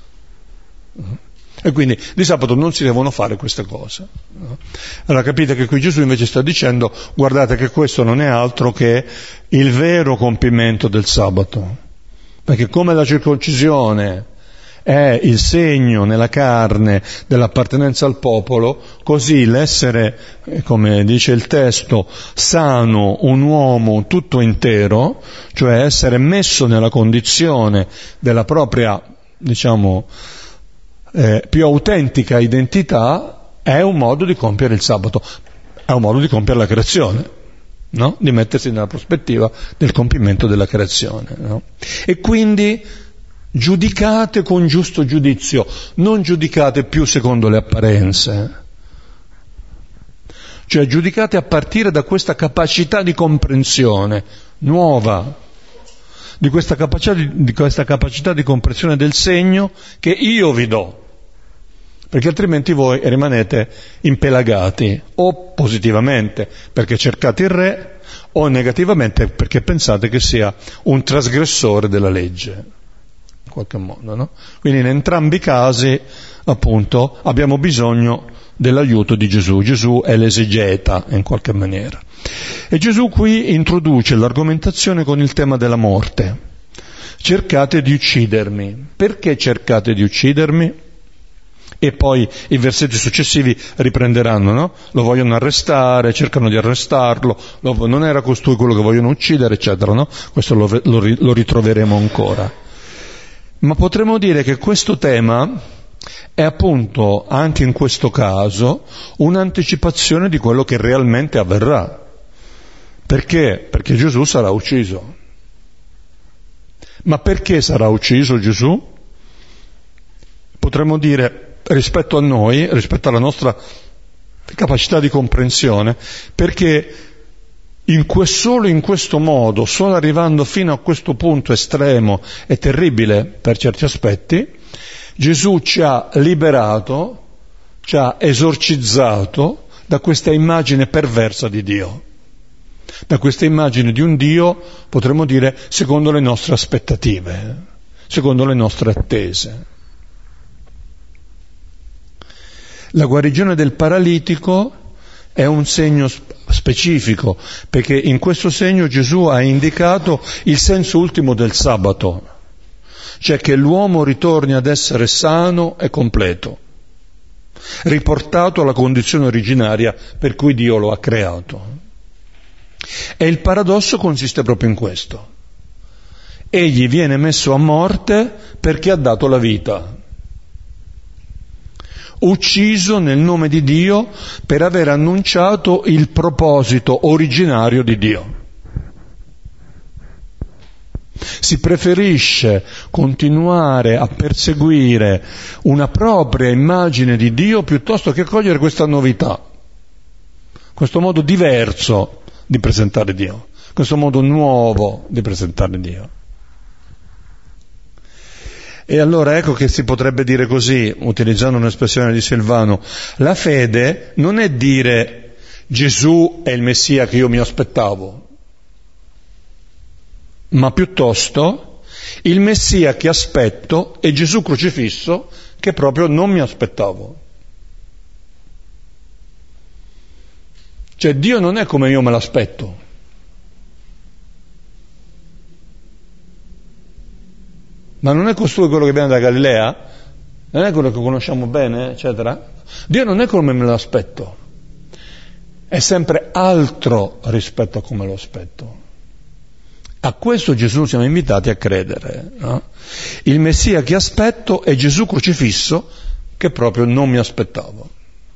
[SPEAKER 1] E quindi di sabato non si devono fare queste cose. No? Allora capite che qui Gesù invece sta dicendo, guardate che questo non è altro che il vero compimento del sabato. Perché come la circoncisione è il segno nella carne dell'appartenenza al popolo, così l'essere, come dice il testo, sano un uomo tutto intero, cioè essere messo nella condizione della propria, diciamo, eh, più autentica identità, è un modo di compiere il sabato, è un modo di compiere la creazione, no? Di mettersi nella prospettiva del compimento della creazione, no? E quindi giudicate con giusto giudizio, non giudicate più secondo le apparenze. Cioè giudicate a partire da questa capacità di comprensione nuova, di questa capacità di, di questa capacità di comprensione del segno che io vi do, perché altrimenti voi rimanete impelagati, o positivamente perché cercate il re, o negativamente perché pensate che sia un trasgressore della legge. In qualche modo, no? Quindi in entrambi i casi, appunto, abbiamo bisogno dell'aiuto di Gesù. Gesù è l'esegeta, in qualche maniera. E Gesù qui introduce l'argomentazione con il tema della morte. Cercate di uccidermi. Perché cercate di uccidermi? E poi i versetti successivi riprenderanno, no? Lo vogliono arrestare, cercano di arrestarlo, lo, non era costui quello che vogliono uccidere, eccetera, no? Questo lo, lo, lo ritroveremo ancora. Ma potremmo dire che questo tema è appunto, anche in questo caso, un'anticipazione di quello che realmente avverrà. Perché? Perché Gesù sarà ucciso. Ma perché sarà ucciso Gesù? Potremmo dire, rispetto a noi, rispetto alla nostra capacità di comprensione, perché in que- solo in questo modo, solo arrivando fino a questo punto estremo e terribile per certi aspetti, Gesù ci ha liberato, ci ha esorcizzato da questa immagine perversa di Dio, da questa immagine di un Dio, potremmo dire, secondo le nostre aspettative, secondo le nostre attese. La guarigione del paralitico è un segno specifico, perché in questo segno Gesù ha indicato il senso ultimo del sabato, cioè che l'uomo ritorni ad essere sano e completo, riportato alla condizione originaria per cui Dio lo ha creato. E il paradosso consiste proprio in questo. Egli viene messo a morte perché ha dato la vita, ucciso nel nome di Dio per aver annunciato il proposito originario di Dio. Si preferisce continuare a perseguire una propria immagine di Dio piuttosto che cogliere questa novità, questo modo diverso di presentare Dio, questo modo nuovo di presentare Dio. E allora ecco che si potrebbe dire così, utilizzando un'espressione di Silvano: la fede non è dire Gesù è il Messia che io mi aspettavo, ma piuttosto il Messia che aspetto è Gesù crocifisso che proprio non mi aspettavo. Cioè Dio non è come io me l'aspetto. Ma non è costui quello che viene da Galilea? Non è quello che conosciamo bene, eccetera? Dio non è come me lo aspetto. È sempre altro rispetto a come lo aspetto. A questo Gesù siamo invitati a credere, no? Il Messia che aspetto è Gesù crocifisso che proprio non mi aspettavo.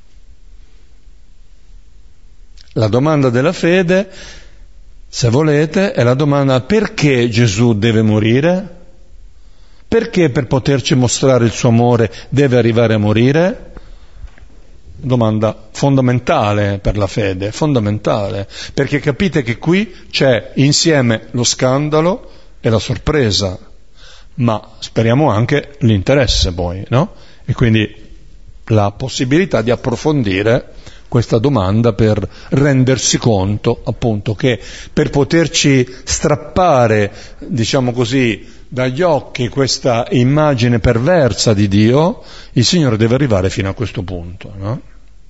[SPEAKER 1] La domanda della fede, se volete, è la domanda: perché Gesù deve morire? Perché per poterci mostrare il suo amore deve arrivare a morire? Domanda fondamentale per la fede, fondamentale, perché capite che qui c'è insieme lo scandalo e la sorpresa, ma speriamo anche l'interesse poi, no? E quindi la possibilità di approfondire questa domanda per rendersi conto, appunto, che per poterci strappare, diciamo così, dagli occhi questa immagine perversa di Dio, il Signore deve arrivare fino a questo punto, no?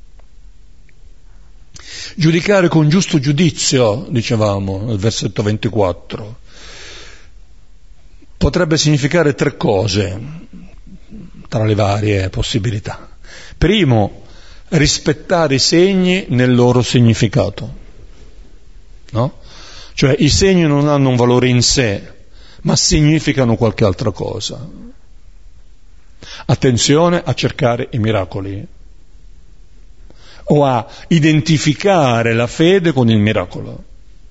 [SPEAKER 1] Giudicare con giusto giudizio, dicevamo nel versetto ventiquattro, potrebbe significare tre cose tra le varie possibilità. Primo, rispettare i segni nel loro significato, no? Cioè i segni non hanno un valore in sé, ma significano qualche altra cosa. Attenzione a cercare i miracoli o a identificare la fede con il miracolo.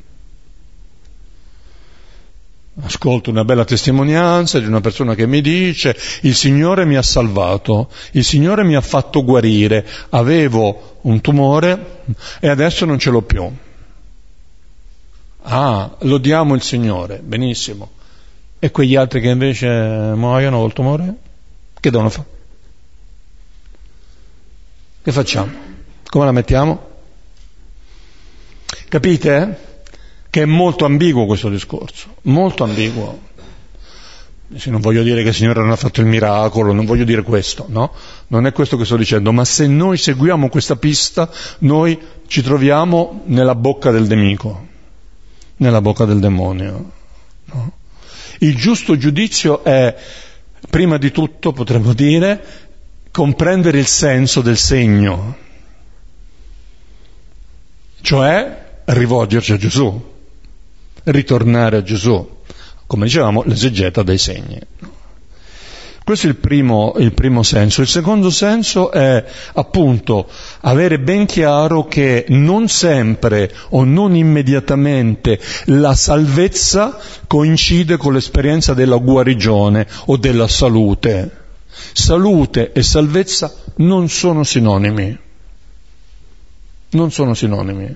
[SPEAKER 1] Ascolto una bella testimonianza di una persona che mi dice: il Signore mi ha salvato, il Signore mi ha fatto guarire, avevo un tumore e adesso non ce l'ho più. Ah, lodiamo il Signore, benissimo. E quegli altri che invece muoiono col tumore? Che devono fare? Che facciamo? Come la mettiamo? Capite? Che è molto ambiguo questo discorso, molto ambiguo. Non voglio dire che il Signore non ha fatto il miracolo, non voglio dire questo, no? Non è questo che sto dicendo, ma se noi seguiamo questa pista, noi ci troviamo nella bocca del nemico, nella bocca del demonio, no? Il giusto giudizio è, prima di tutto, potremmo dire, comprendere il senso del segno, cioè rivolgerci a Gesù, ritornare a Gesù, come dicevamo, l'esegeta dei segni. Questo è il primo, il primo senso. Il secondo senso è appunto avere ben chiaro che non sempre o non immediatamente la salvezza coincide con l'esperienza della guarigione o della salute. Salute e salvezza non sono sinonimi. Non sono sinonimi.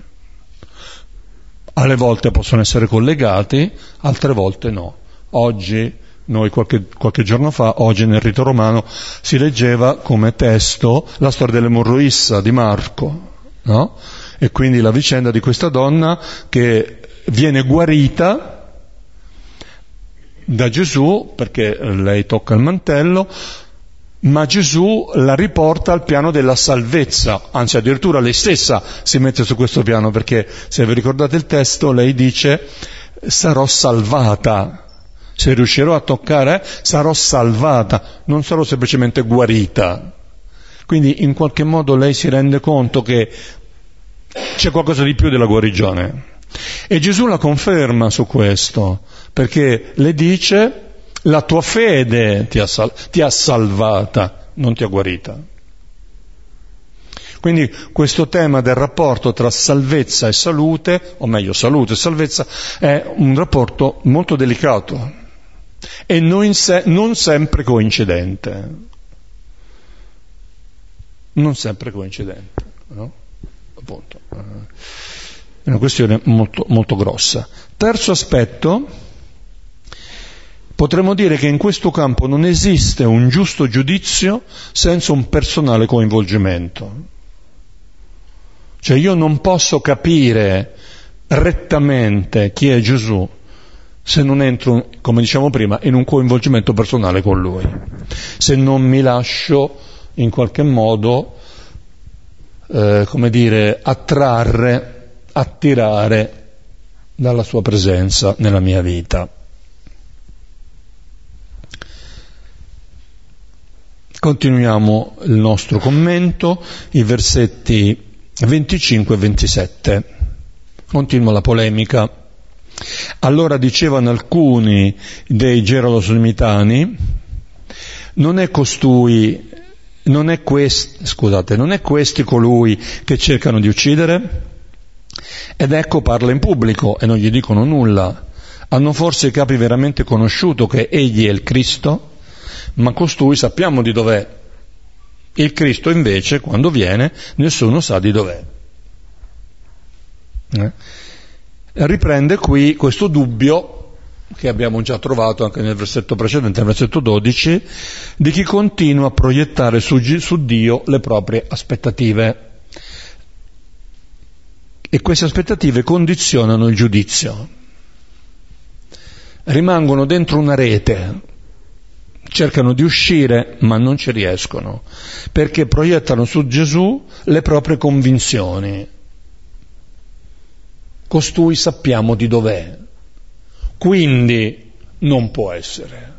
[SPEAKER 1] Alle volte possono essere collegati, altre volte no. Oggi Noi qualche, qualche giorno fa, oggi nel rito romano, si leggeva come testo la storia dell'emorroissa di Marco, no? E quindi la vicenda di questa donna che viene guarita da Gesù perché lei tocca il mantello, ma Gesù la riporta al piano della salvezza, anzi addirittura lei stessa si mette su questo piano, perché se vi ricordate il testo lei dice sarò salvata, se riuscirò a toccare sarò salvata, non sarò semplicemente guarita. Quindi in qualche modo lei si rende conto che c'è qualcosa di più della guarigione, e Gesù la conferma su questo, perché le dice la tua fede ti ha, sal- ti ha salvata, non ti ha guarita. Quindi questo tema del rapporto tra salvezza e salute, o meglio salute e salvezza, è un rapporto molto delicato e non, se- non sempre coincidente. Non sempre coincidente, no? Appunto. È una questione molto, molto grossa. Terzo aspetto. Potremmo dire che in questo campo non esiste un giusto giudizio senza un personale coinvolgimento. Cioè io non posso capire rettamente chi è Gesù se non entro, come diciamo prima, in un coinvolgimento personale con Lui, se non mi lascio in qualche modo, eh, come dire, attrarre, attirare dalla Sua presenza nella mia vita. Continuiamo il nostro commento, i versetti venticinque e ventisette. Continua la polemica. Allora dicevano alcuni dei gerosolimitani, non è costui, non è questi, scusate, non è questi colui che cercano di uccidere? Ed ecco parla in pubblico e non gli dicono nulla. Hanno forse i capi veramente conosciuto che egli è il Cristo? Ma costui sappiamo di dov'è. Il Cristo invece, quando viene, nessuno sa di dov'è. Eh? Riprende qui questo dubbio che abbiamo già trovato anche nel versetto precedente, nel versetto dodici, di chi continua a proiettare su, su Dio le proprie aspettative. E queste aspettative condizionano il giudizio. Rimangono dentro una rete, cercano di uscire ma non ci riescono, perché proiettano su Gesù le proprie convinzioni. Costui sappiamo di dov'è, quindi non può essere.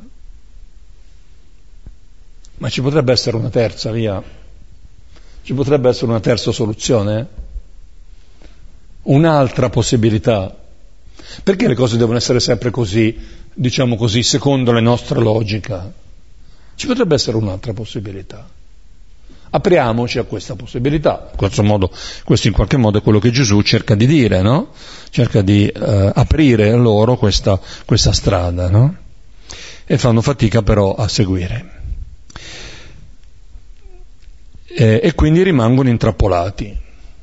[SPEAKER 1] Ma ci potrebbe essere una terza via? Ci potrebbe essere una terza soluzione? Un'altra possibilità? Perché le cose devono essere sempre così, diciamo così, secondo la nostra logica? Ci potrebbe essere un'altra possibilità. Apriamoci a questa possibilità. In questo modo, questo in qualche modo è quello che Gesù cerca di dire, no? Cerca di eh, aprire a loro questa, questa strada, no? E fanno fatica però a seguire. E, e quindi rimangono intrappolati.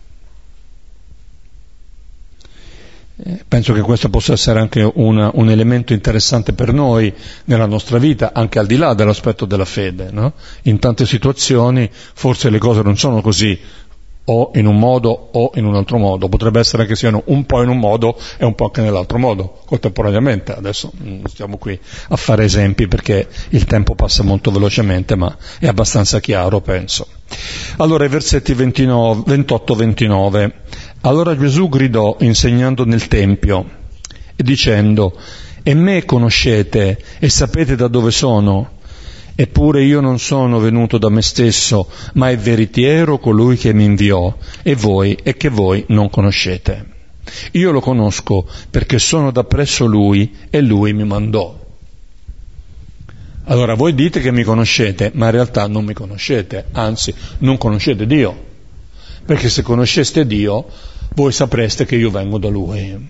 [SPEAKER 1] Penso che questo possa essere anche una, un elemento interessante per noi nella nostra vita, anche al di là dell'aspetto della fede, no? In tante situazioni forse le cose non sono così, o in un modo o in un altro modo, potrebbe essere che siano un po' in un modo e un po' anche nell'altro modo, contemporaneamente. Adesso non stiamo qui a fare esempi perché il tempo passa molto velocemente, ma è abbastanza chiaro, penso. Allora i versetti ventotto ventinove. Allora Gesù gridò insegnando nel Tempio e dicendo: e me conoscete e sapete da dove sono? Eppure io non sono venuto da me stesso, ma è veritiero colui che mi inviò, e voi e che voi non conoscete. Io lo conosco perché sono da presso lui e lui mi mandò. Allora voi dite che mi conoscete, ma in realtà non mi conoscete, anzi non conoscete Dio. Perché se conosceste Dio, voi sapreste che io vengo da Lui.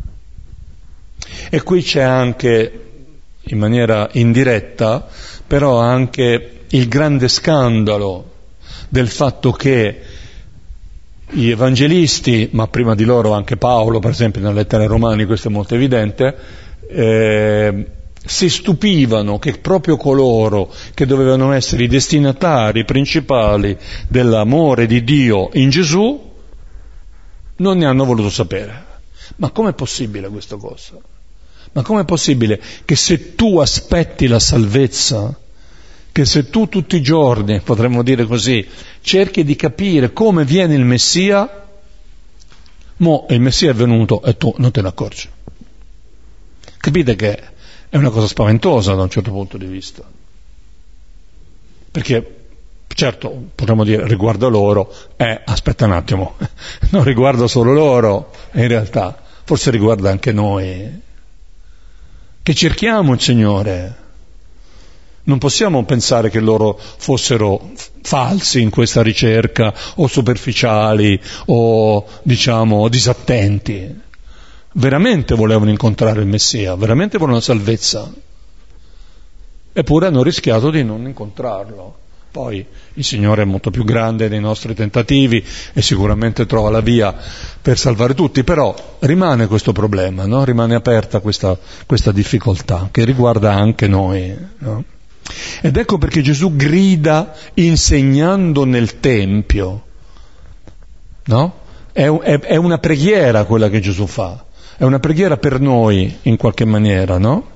[SPEAKER 1] E qui c'è anche, in maniera indiretta, però anche il grande scandalo del fatto che gli evangelisti, ma prima di loro anche Paolo, per esempio nella lettera ai Romani, questo è molto evidente, eh, si stupivano che proprio coloro che dovevano essere i destinatari principali dell'amore di Dio in Gesù non ne hanno voluto sapere. Ma com'è possibile questa cosa? Ma com'è possibile che se tu aspetti la salvezza, che se tu tutti i giorni, potremmo dire così, cerchi di capire come viene il Messia, mo il Messia è venuto e tu non te ne accorgi? Capite che è una cosa spaventosa da un certo punto di vista. Perché, certo, potremmo dire, riguarda loro, eh, aspetta un attimo, non riguarda solo loro, in realtà, forse riguarda anche noi, che cerchiamo il Signore. Non possiamo pensare che loro fossero falsi in questa ricerca, o superficiali, o, diciamo, disattenti. Veramente volevano incontrare il Messia, veramente volevano la salvezza, eppure hanno rischiato di non incontrarlo. Poi il Signore è molto più grande dei nostri tentativi e sicuramente trova la via per salvare tutti, però rimane questo problema, no? Rimane aperta questa, questa difficoltà che riguarda anche noi, no? Ed ecco perché Gesù grida insegnando nel Tempio, no? È, è, è una preghiera quella che Gesù fa. È una preghiera per noi, in qualche maniera, no?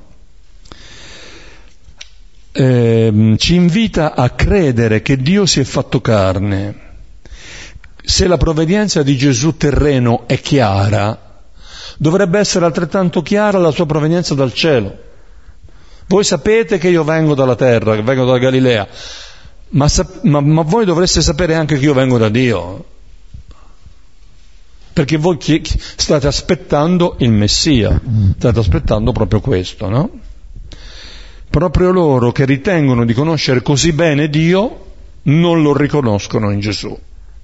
[SPEAKER 1] Eh, ci invita a credere che Dio si è fatto carne. Se la provenienza di Gesù terreno è chiara, dovrebbe essere altrettanto chiara la sua provenienza dal cielo. Voi sapete che io vengo dalla terra, che vengo dalla Galilea, ma, ma, ma voi dovreste sapere anche che io vengo da Dio. Perché voi state aspettando il Messia, state aspettando proprio questo, no? Proprio loro che ritengono di conoscere così bene Dio non lo riconoscono in Gesù.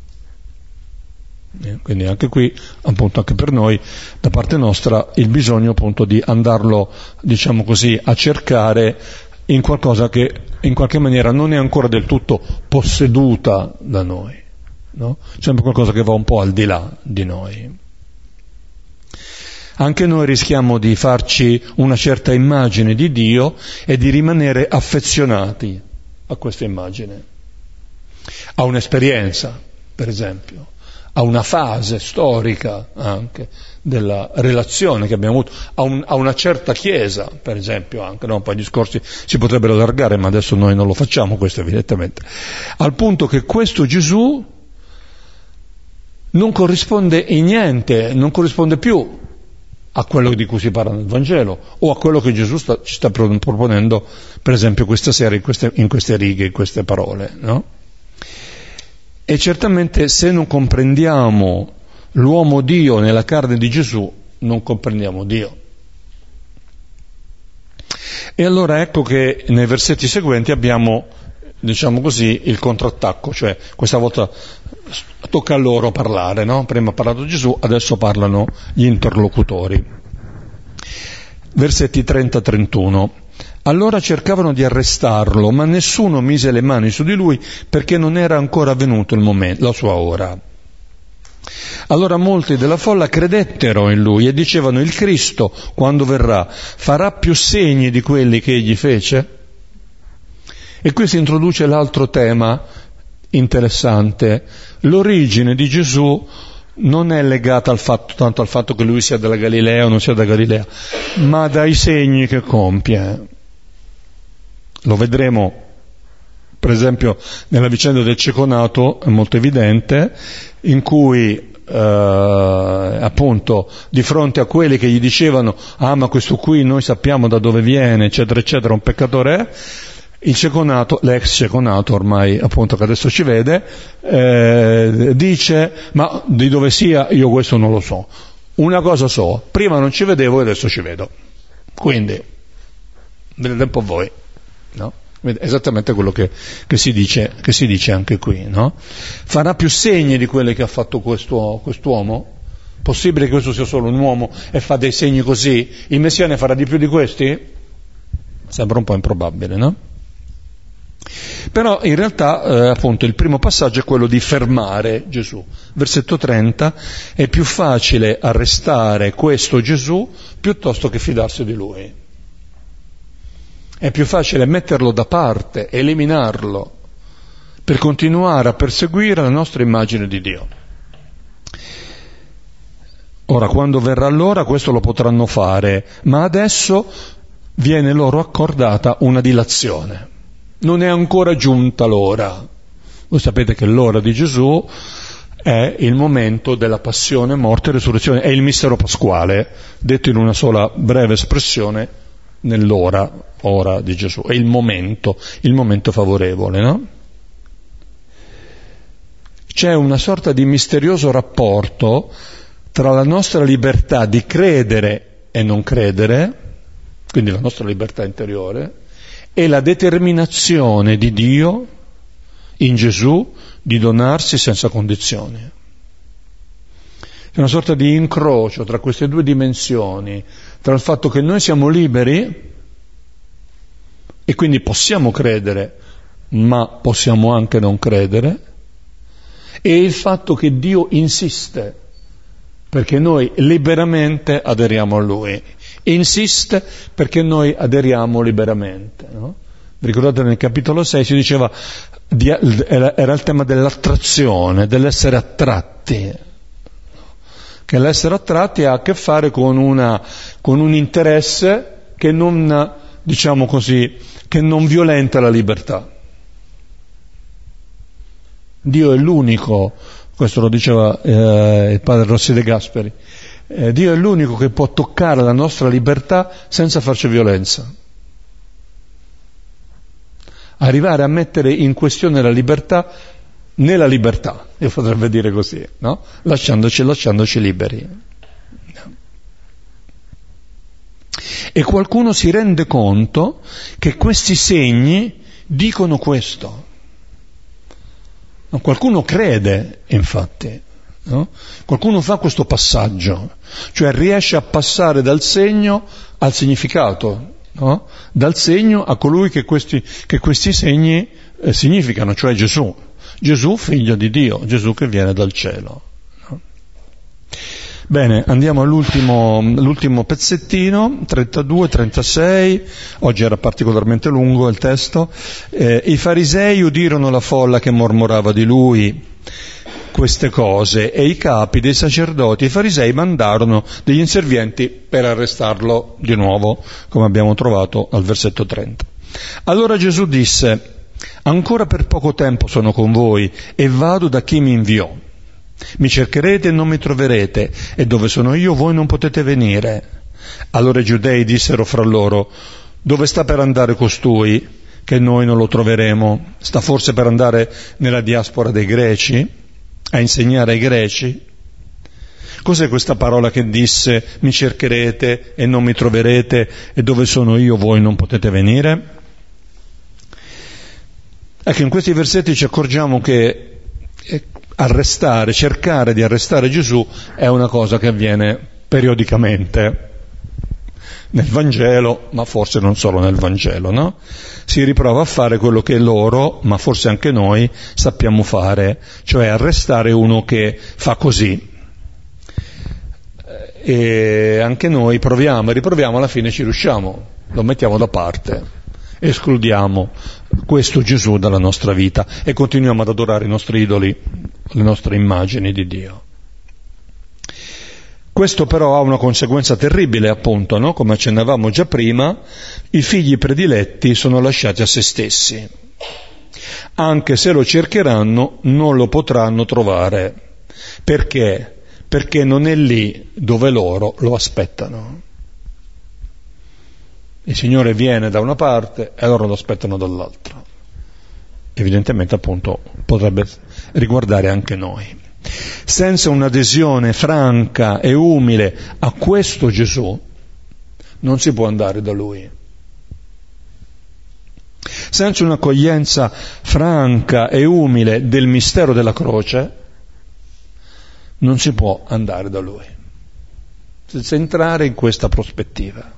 [SPEAKER 1] Quindi anche qui, appunto, anche per noi, da parte nostra, il bisogno appunto di andarlo, diciamo così, a cercare in qualcosa che in qualche maniera non è ancora del tutto posseduta da noi. No? Sempre qualcosa che va un po' al di là di noi. Anche noi rischiamo di farci una certa immagine di Dio e di rimanere affezionati a questa immagine, a un'esperienza, per esempio, a una fase storica anche della relazione che abbiamo avuto, a, un, a una certa chiesa, per esempio, anche, no? Poi i discorsi si potrebbero allargare, ma adesso noi non lo facciamo, questo evidentemente, al punto che questo Gesù non corrisponde in niente, non corrisponde più a quello di cui si parla nel Vangelo o a quello che Gesù sta, ci sta proponendo, per esempio, questa sera in queste, in queste righe, in queste parole, no? E certamente se non comprendiamo l'uomo Dio nella carne di Gesù, non comprendiamo Dio. E allora ecco che nei versetti seguenti abbiamo, diciamo così, il contrattacco, cioè questa volta tocca a loro parlare, no? Prima ha parlato Gesù, adesso parlano gli interlocutori. Versetti trenta trentuno. Allora cercavano di arrestarlo, ma nessuno mise le mani su di lui perché non era ancora venuto il momento, la sua ora. Allora molti della folla credettero in lui e dicevano: il Cristo, quando verrà, farà più segni di quelli che egli fece? E qui si introduce l'altro tema interessante. L'origine di Gesù non è legata al fatto, tanto al fatto che lui sia della Galilea o non sia da Galilea, ma dai segni che compie. Lo vedremo, per esempio, nella vicenda del cieco nato, è molto evidente, in cui eh, appunto di fronte a quelli che gli dicevano: ah, ma questo qui noi sappiamo da dove viene, eccetera eccetera, un peccatore è, il cieco nato, l'ex cieco nato ormai, appunto, che adesso ci vede, eh, dice: ma di dove sia io questo non lo so, una cosa so, prima non ci vedevo e adesso ci vedo, quindi vedete un po' voi, no? Esattamente quello che, che si dice, che si dice anche qui, no? Farà più segni di quelli che ha fatto questo, quest'uomo? Possibile che questo sia solo un uomo e fa dei segni così? Il Messia ne farà di più di questi? Sembra un po' improbabile, no? Però in realtà eh, appunto il primo passaggio è quello di fermare Gesù. Versetto trenta: è più facile arrestare questo Gesù piuttosto che fidarsi di lui. È più facile metterlo da parte, eliminarlo, per continuare a perseguire la nostra immagine di Dio. Ora, quando verrà l'ora, questo lo potranno fare, ma adesso viene loro accordata una dilazione. Non è ancora giunta l'ora. Voi sapete che l'ora di Gesù è il momento della passione, morte e risurrezione, è il mistero pasquale, detto in una sola breve espressione, nell'ora, ora di Gesù, è il momento, il momento favorevole, no? C'è una sorta di misterioso rapporto tra la nostra libertà di credere e non credere, quindi la nostra libertà interiore, e la determinazione di Dio in Gesù di donarsi senza condizioni. C'è una sorta di incrocio tra queste due dimensioni, tra il fatto che noi siamo liberi e quindi possiamo credere, ma possiamo anche non credere, e il fatto che Dio insiste perché noi liberamente aderiamo a Lui, insiste perché noi aderiamo liberamente, no? Vi ricordate nel capitolo sei si diceva di, era, era il tema dell'attrazione, dell'essere attratti, che l'essere attratti ha a che fare con una con un interesse che non, diciamo così, che non violenta la libertà. Dio è l'unico, questo lo diceva eh, il padre Rossi De Gasperi, eh, Dio è l'unico che può toccare la nostra libertà senza farci violenza. Arrivare a mettere in questione la libertà nella libertà, io potrebbe dire così, no? Lasciandoci, lasciandoci liberi. E qualcuno si rende conto che questi segni dicono questo. Qualcuno crede, infatti, no? Qualcuno fa questo passaggio, cioè riesce a passare dal segno al significato, no? Dal segno a colui che questi, che questi segni eh, significano, cioè Gesù. Gesù figlio di Dio, Gesù che viene dal cielo. No? Bene, andiamo all'ultimo l'ultimo pezzettino, trentadue trentasei, oggi era particolarmente lungo il testo. Eh, I farisei udirono la folla che mormorava di lui queste cose e i capi dei sacerdoti e i farisei mandarono degli inservienti per arrestarlo di nuovo, come abbiamo trovato al versetto trenta. Allora Gesù disse: ancora per poco tempo sono con voi e vado da chi mi inviò. Mi cercherete e non mi troverete, e dove sono io voi non potete venire. Allora i giudei dissero fra loro: dove sta per andare costui, che noi non lo troveremo? Sta forse per andare nella diaspora dei greci, a insegnare ai greci? Cos'è questa parola che disse: mi cercherete e non mi troverete, e dove sono io voi non potete venire? Ecco, in questi versetti ci accorgiamo che arrestare, cercare di arrestare Gesù è una cosa che avviene periodicamente nel Vangelo, ma forse non solo nel Vangelo, no? Si riprova a fare quello che loro, ma forse anche noi, sappiamo fare, cioè arrestare uno che fa così. E anche noi proviamo e riproviamo, alla fine ci riusciamo, lo mettiamo da parte, escludiamo questo Gesù dalla nostra vita e continuiamo ad adorare i nostri idoli, le nostre immagini di Dio. Questo però ha una conseguenza terribile, appunto, no? Come accennavamo già prima, i figli prediletti sono lasciati a se stessi. Anche se lo cercheranno, non lo potranno trovare. Perché? Perché non è lì dove loro lo aspettano. Il Signore viene da una parte e loro lo aspettano dall'altra. Evidentemente, appunto, potrebbe riguardare anche noi. Senza un'adesione franca e umile a questo Gesù, non si può andare da Lui. Senza un'accoglienza franca e umile del mistero della croce, non si può andare da Lui. Senza entrare in questa prospettiva.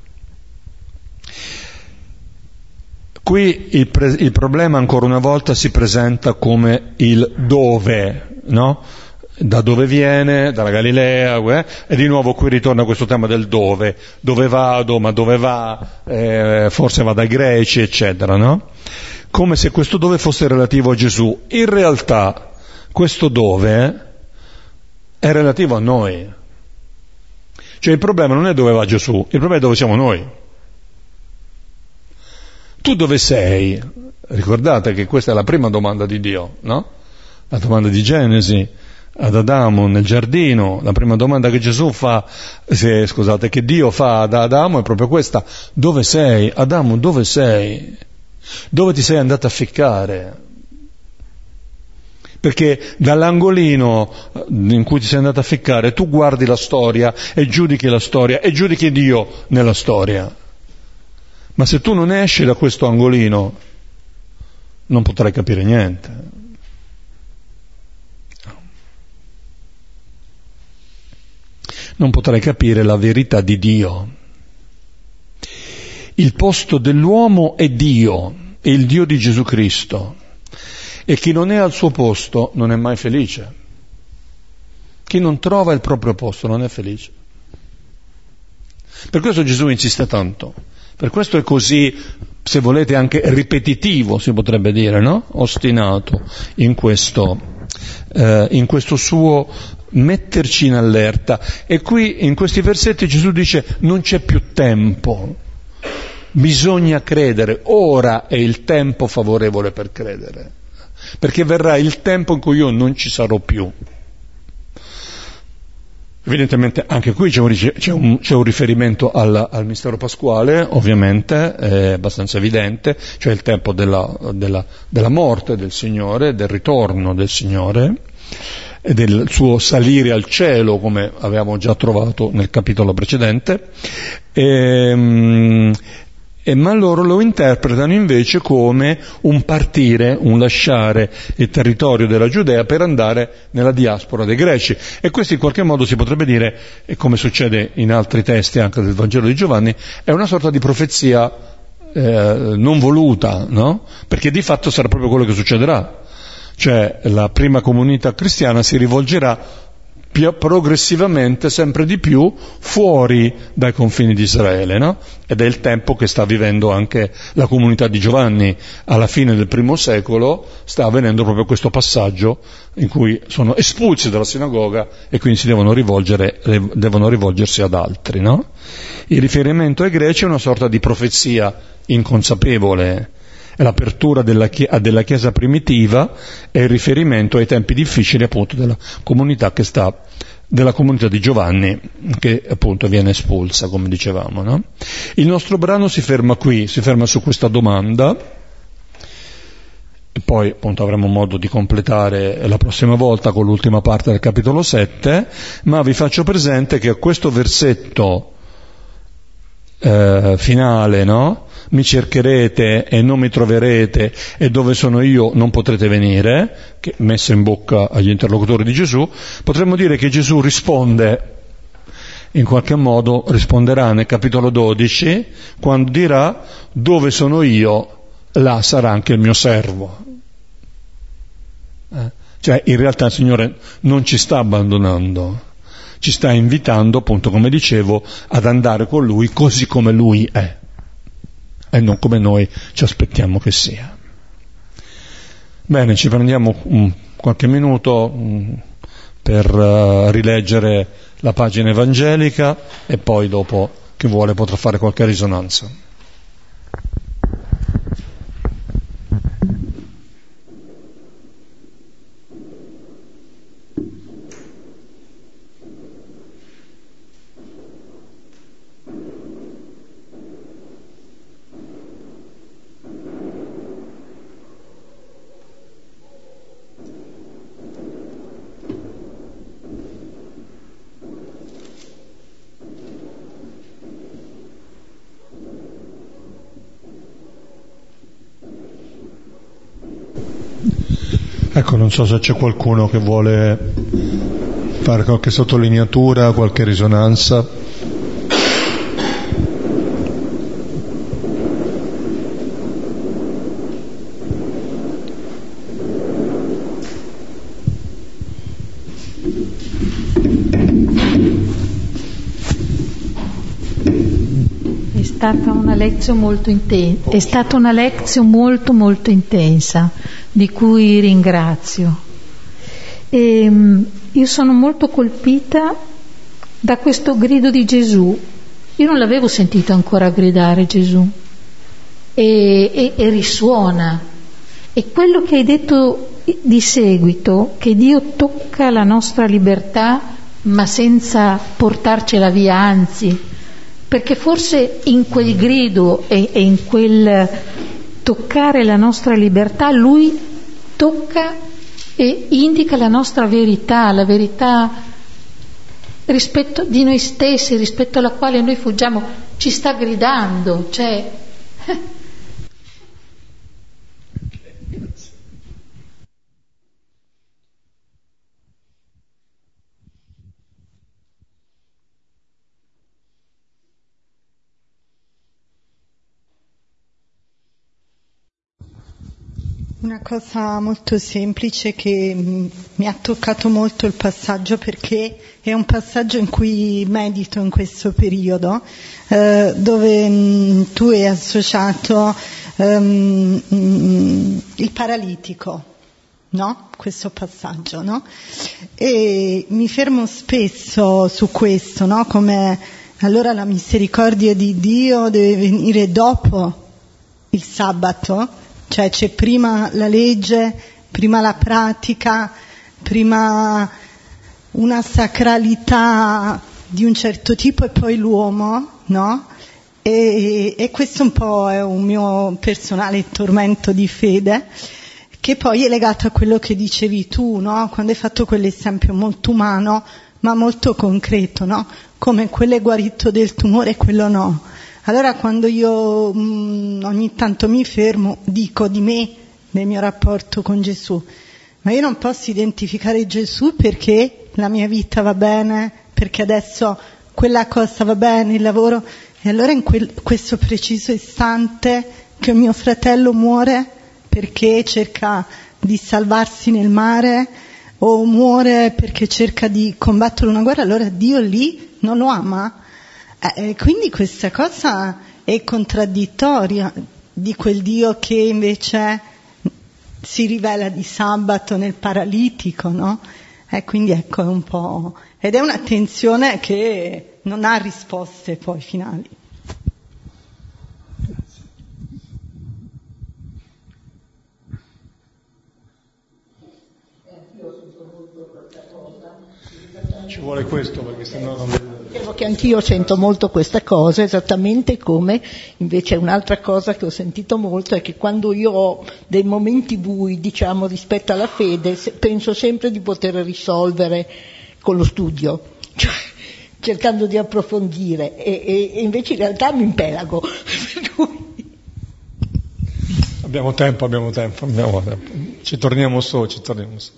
[SPEAKER 1] Qui il, pre- il problema ancora una volta si presenta come il dove, no? da dove viene, dalla Galilea, eh? E di nuovo qui ritorna questo tema del dove, dove vado, ma dove va, eh, forse va dai greci, eccetera, no? Come se questo dove fosse relativo a Gesù. In realtà questo dove è relativo a noi. Cioè il problema non è dove va Gesù, il problema è dove siamo noi. Tu dove sei? Ricordate che questa è la prima domanda di Dio, no? La domanda di Genesi ad Adamo nel giardino, la prima domanda che Gesù fa, se, scusate, che Dio fa ad Adamo è proprio questa: dove sei? Adamo, dove sei? Dove ti sei andato a ficcare? Perché dall'angolino in cui ti sei andato a ficcare tu guardi la storia e giudichi la storia e giudichi Dio nella storia. Ma se tu non esci da questo angolino non potrai capire niente. Non potrai capire la verità di Dio. Il posto dell'uomo è Dio, è il Dio di Gesù Cristo. E chi non è al suo posto non è mai felice. Chi non trova il proprio posto non è felice. Per questo Gesù insiste tanto. Per questo è così, se volete, anche ripetitivo, si potrebbe dire, no? Ostinato in questo, eh, in questo suo metterci in allerta. E qui, in questi versetti, Gesù dice: non c'è più tempo, bisogna credere, ora è il tempo favorevole per credere, perché verrà il tempo in cui io non ci sarò più. Evidentemente anche qui c'è un, c'è un, c'è un riferimento al, al mistero pasquale, ovviamente, è abbastanza evidente, cioè il tempo della, della, della morte del Signore, del ritorno del Signore e del suo salire al cielo, come avevamo già trovato nel capitolo precedente. E, E, ma loro lo interpretano invece come un partire, un lasciare il territorio della Giudea per andare nella diaspora dei greci. E questo in qualche modo si potrebbe dire, e come succede in altri testi anche del Vangelo di Giovanni, è una sorta di profezia eh, non voluta, no? Perché di fatto sarà proprio quello che succederà. Cioè la prima comunità cristiana si rivolgerà progressivamente sempre di più fuori dai confini di Israele, no? Ed è il tempo che sta vivendo anche la comunità di Giovanni. Alla fine del primo secolo sta avvenendo proprio questo passaggio in cui sono espulsi dalla sinagoga e quindi si devono rivolgere, devono rivolgersi ad altri, no? Il riferimento ai greci è una sorta di profezia inconsapevole. È l'apertura della, chie- della Chiesa primitiva e il riferimento ai tempi difficili appunto della comunità che sta, della comunità di Giovanni che appunto viene espulsa, come dicevamo, no? Il nostro brano si ferma qui, si ferma su questa domanda e poi appunto avremo modo di completare la prossima volta con l'ultima parte del capitolo sette, ma vi faccio presente che a questo versetto eh, finale, no? Mi cercherete e non mi troverete, e dove sono io non potrete venire, che messo in bocca agli interlocutori di Gesù, potremmo dire che Gesù risponde, in qualche modo risponderà nel capitolo dodici, quando dirà: dove sono io, là sarà anche il mio servo. Eh? Cioè in realtà il Signore non ci sta abbandonando, ci sta invitando, appunto come dicevo, ad andare con Lui così come Lui è e non come noi ci aspettiamo che sia. Bene, ci prendiamo um, qualche minuto um, per uh, rileggere la pagina evangelica e poi dopo chi vuole potrà fare qualche risonanza. Ecco, non so se c'è qualcuno che vuole fare qualche sottolineatura, qualche risonanza.
[SPEAKER 2] stata una lezione molto intensa, è stata una lezione molto molto intensa, di cui ringrazio. E, io sono molto colpita da questo grido di Gesù. Io non l'avevo sentito ancora gridare Gesù, e, e, e risuona. E quello che hai detto di seguito, che Dio tocca la nostra libertà ma senza portarcela via, anzi, perché forse in quel grido e, e in quel toccare la nostra libertà Lui tocca e indica la nostra verità, la verità rispetto di noi stessi, rispetto alla quale noi fuggiamo, ci sta gridando, cioè
[SPEAKER 3] una cosa molto semplice che mi ha toccato molto il passaggio, perché è un passaggio in cui medito in questo periodo, eh, dove mh, tu hai associato um, mh, il paralitico, no? Questo passaggio, no? E mi fermo spesso su questo, no? Come allora la misericordia di Dio deve venire dopo il sabato. Cioè c'è prima la legge, prima la pratica, prima una sacralità di un certo tipo e poi l'uomo, no? E, e questo un po' è un mio personale tormento di fede, che poi è legato a quello che dicevi tu, no? Quando hai fatto quell'esempio molto umano ma molto concreto, no? Come quello è guarito del tumore e quello no. Allora quando io mh, ogni tanto mi fermo, dico di me, nel mio rapporto con Gesù, ma io non posso identificare Gesù perché la mia vita va bene, perché adesso quella cosa va bene, il lavoro, e allora in quel, questo preciso istante che mio fratello muore perché cerca di salvarsi nel mare, o muore perché cerca di combattere una guerra, allora Dio lì non lo ama? Eh, quindi questa cosa è contraddittoria di quel Dio che invece si rivela di sabato nel paralitico, no? Eh, quindi ecco, è un po'... ed è una tensione che non ha risposte poi finali.
[SPEAKER 1] Ci vuole questo, perché sennò non...
[SPEAKER 4] Dicevo che anch'io sento molto questa cosa, esattamente come invece un'altra cosa che ho sentito molto è che quando io ho dei momenti bui, diciamo, rispetto alla fede, penso sempre di poter risolvere con lo studio, cioè cercando di approfondire, e, e, e invece in realtà mi impelago.
[SPEAKER 1] Abbiamo tempo, abbiamo tempo, abbiamo tempo. Ci torniamo su, ci torniamo su.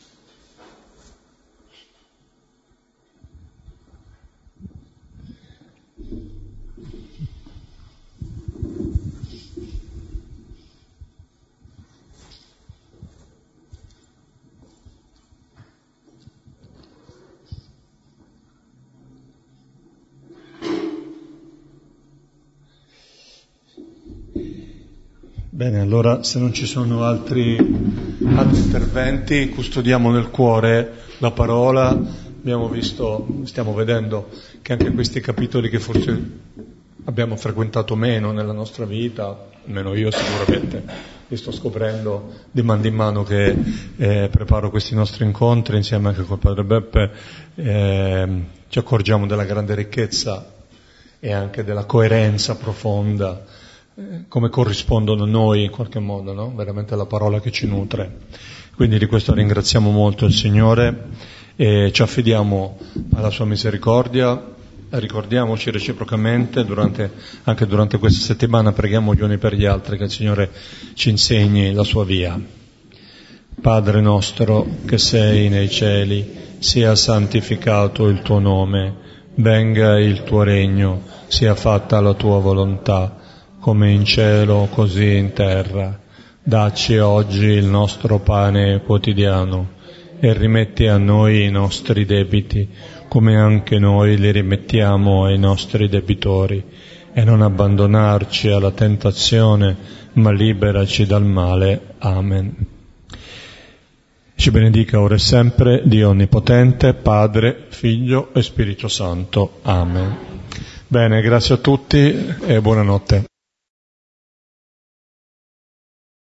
[SPEAKER 1] Bene, allora se non ci sono altri, altri interventi, custodiamo nel cuore la parola. Abbiamo visto, stiamo vedendo che anche questi capitoli che forse abbiamo frequentato meno nella nostra vita, almeno io sicuramente li sto scoprendo di mano in mano che eh, preparo questi nostri incontri insieme anche col Padre Beppe, eh, ci accorgiamo della grande ricchezza e anche della coerenza profonda, come corrispondono noi in qualche modo, no? Veramente la parola che ci nutre. Quindi di questo ringraziamo molto il Signore e ci affidiamo alla sua misericordia. Ricordiamoci reciprocamente durante, anche durante questa settimana, preghiamo gli uni per gli altri che il Signore ci insegni la sua via. Padre nostro che sei nei cieli, sia santificato il tuo nome, venga il tuo regno, sia fatta la tua volontà, come in cielo così in terra. Dacci oggi il nostro pane quotidiano e rimetti a noi i nostri debiti, come anche noi li rimettiamo ai nostri debitori, e non abbandonarci alla tentazione, ma liberaci dal male. Amen. Ci benedica ora e sempre Dio Onnipotente, Padre, Figlio e Spirito Santo. Amen. Bene, grazie a tutti e buonanotte.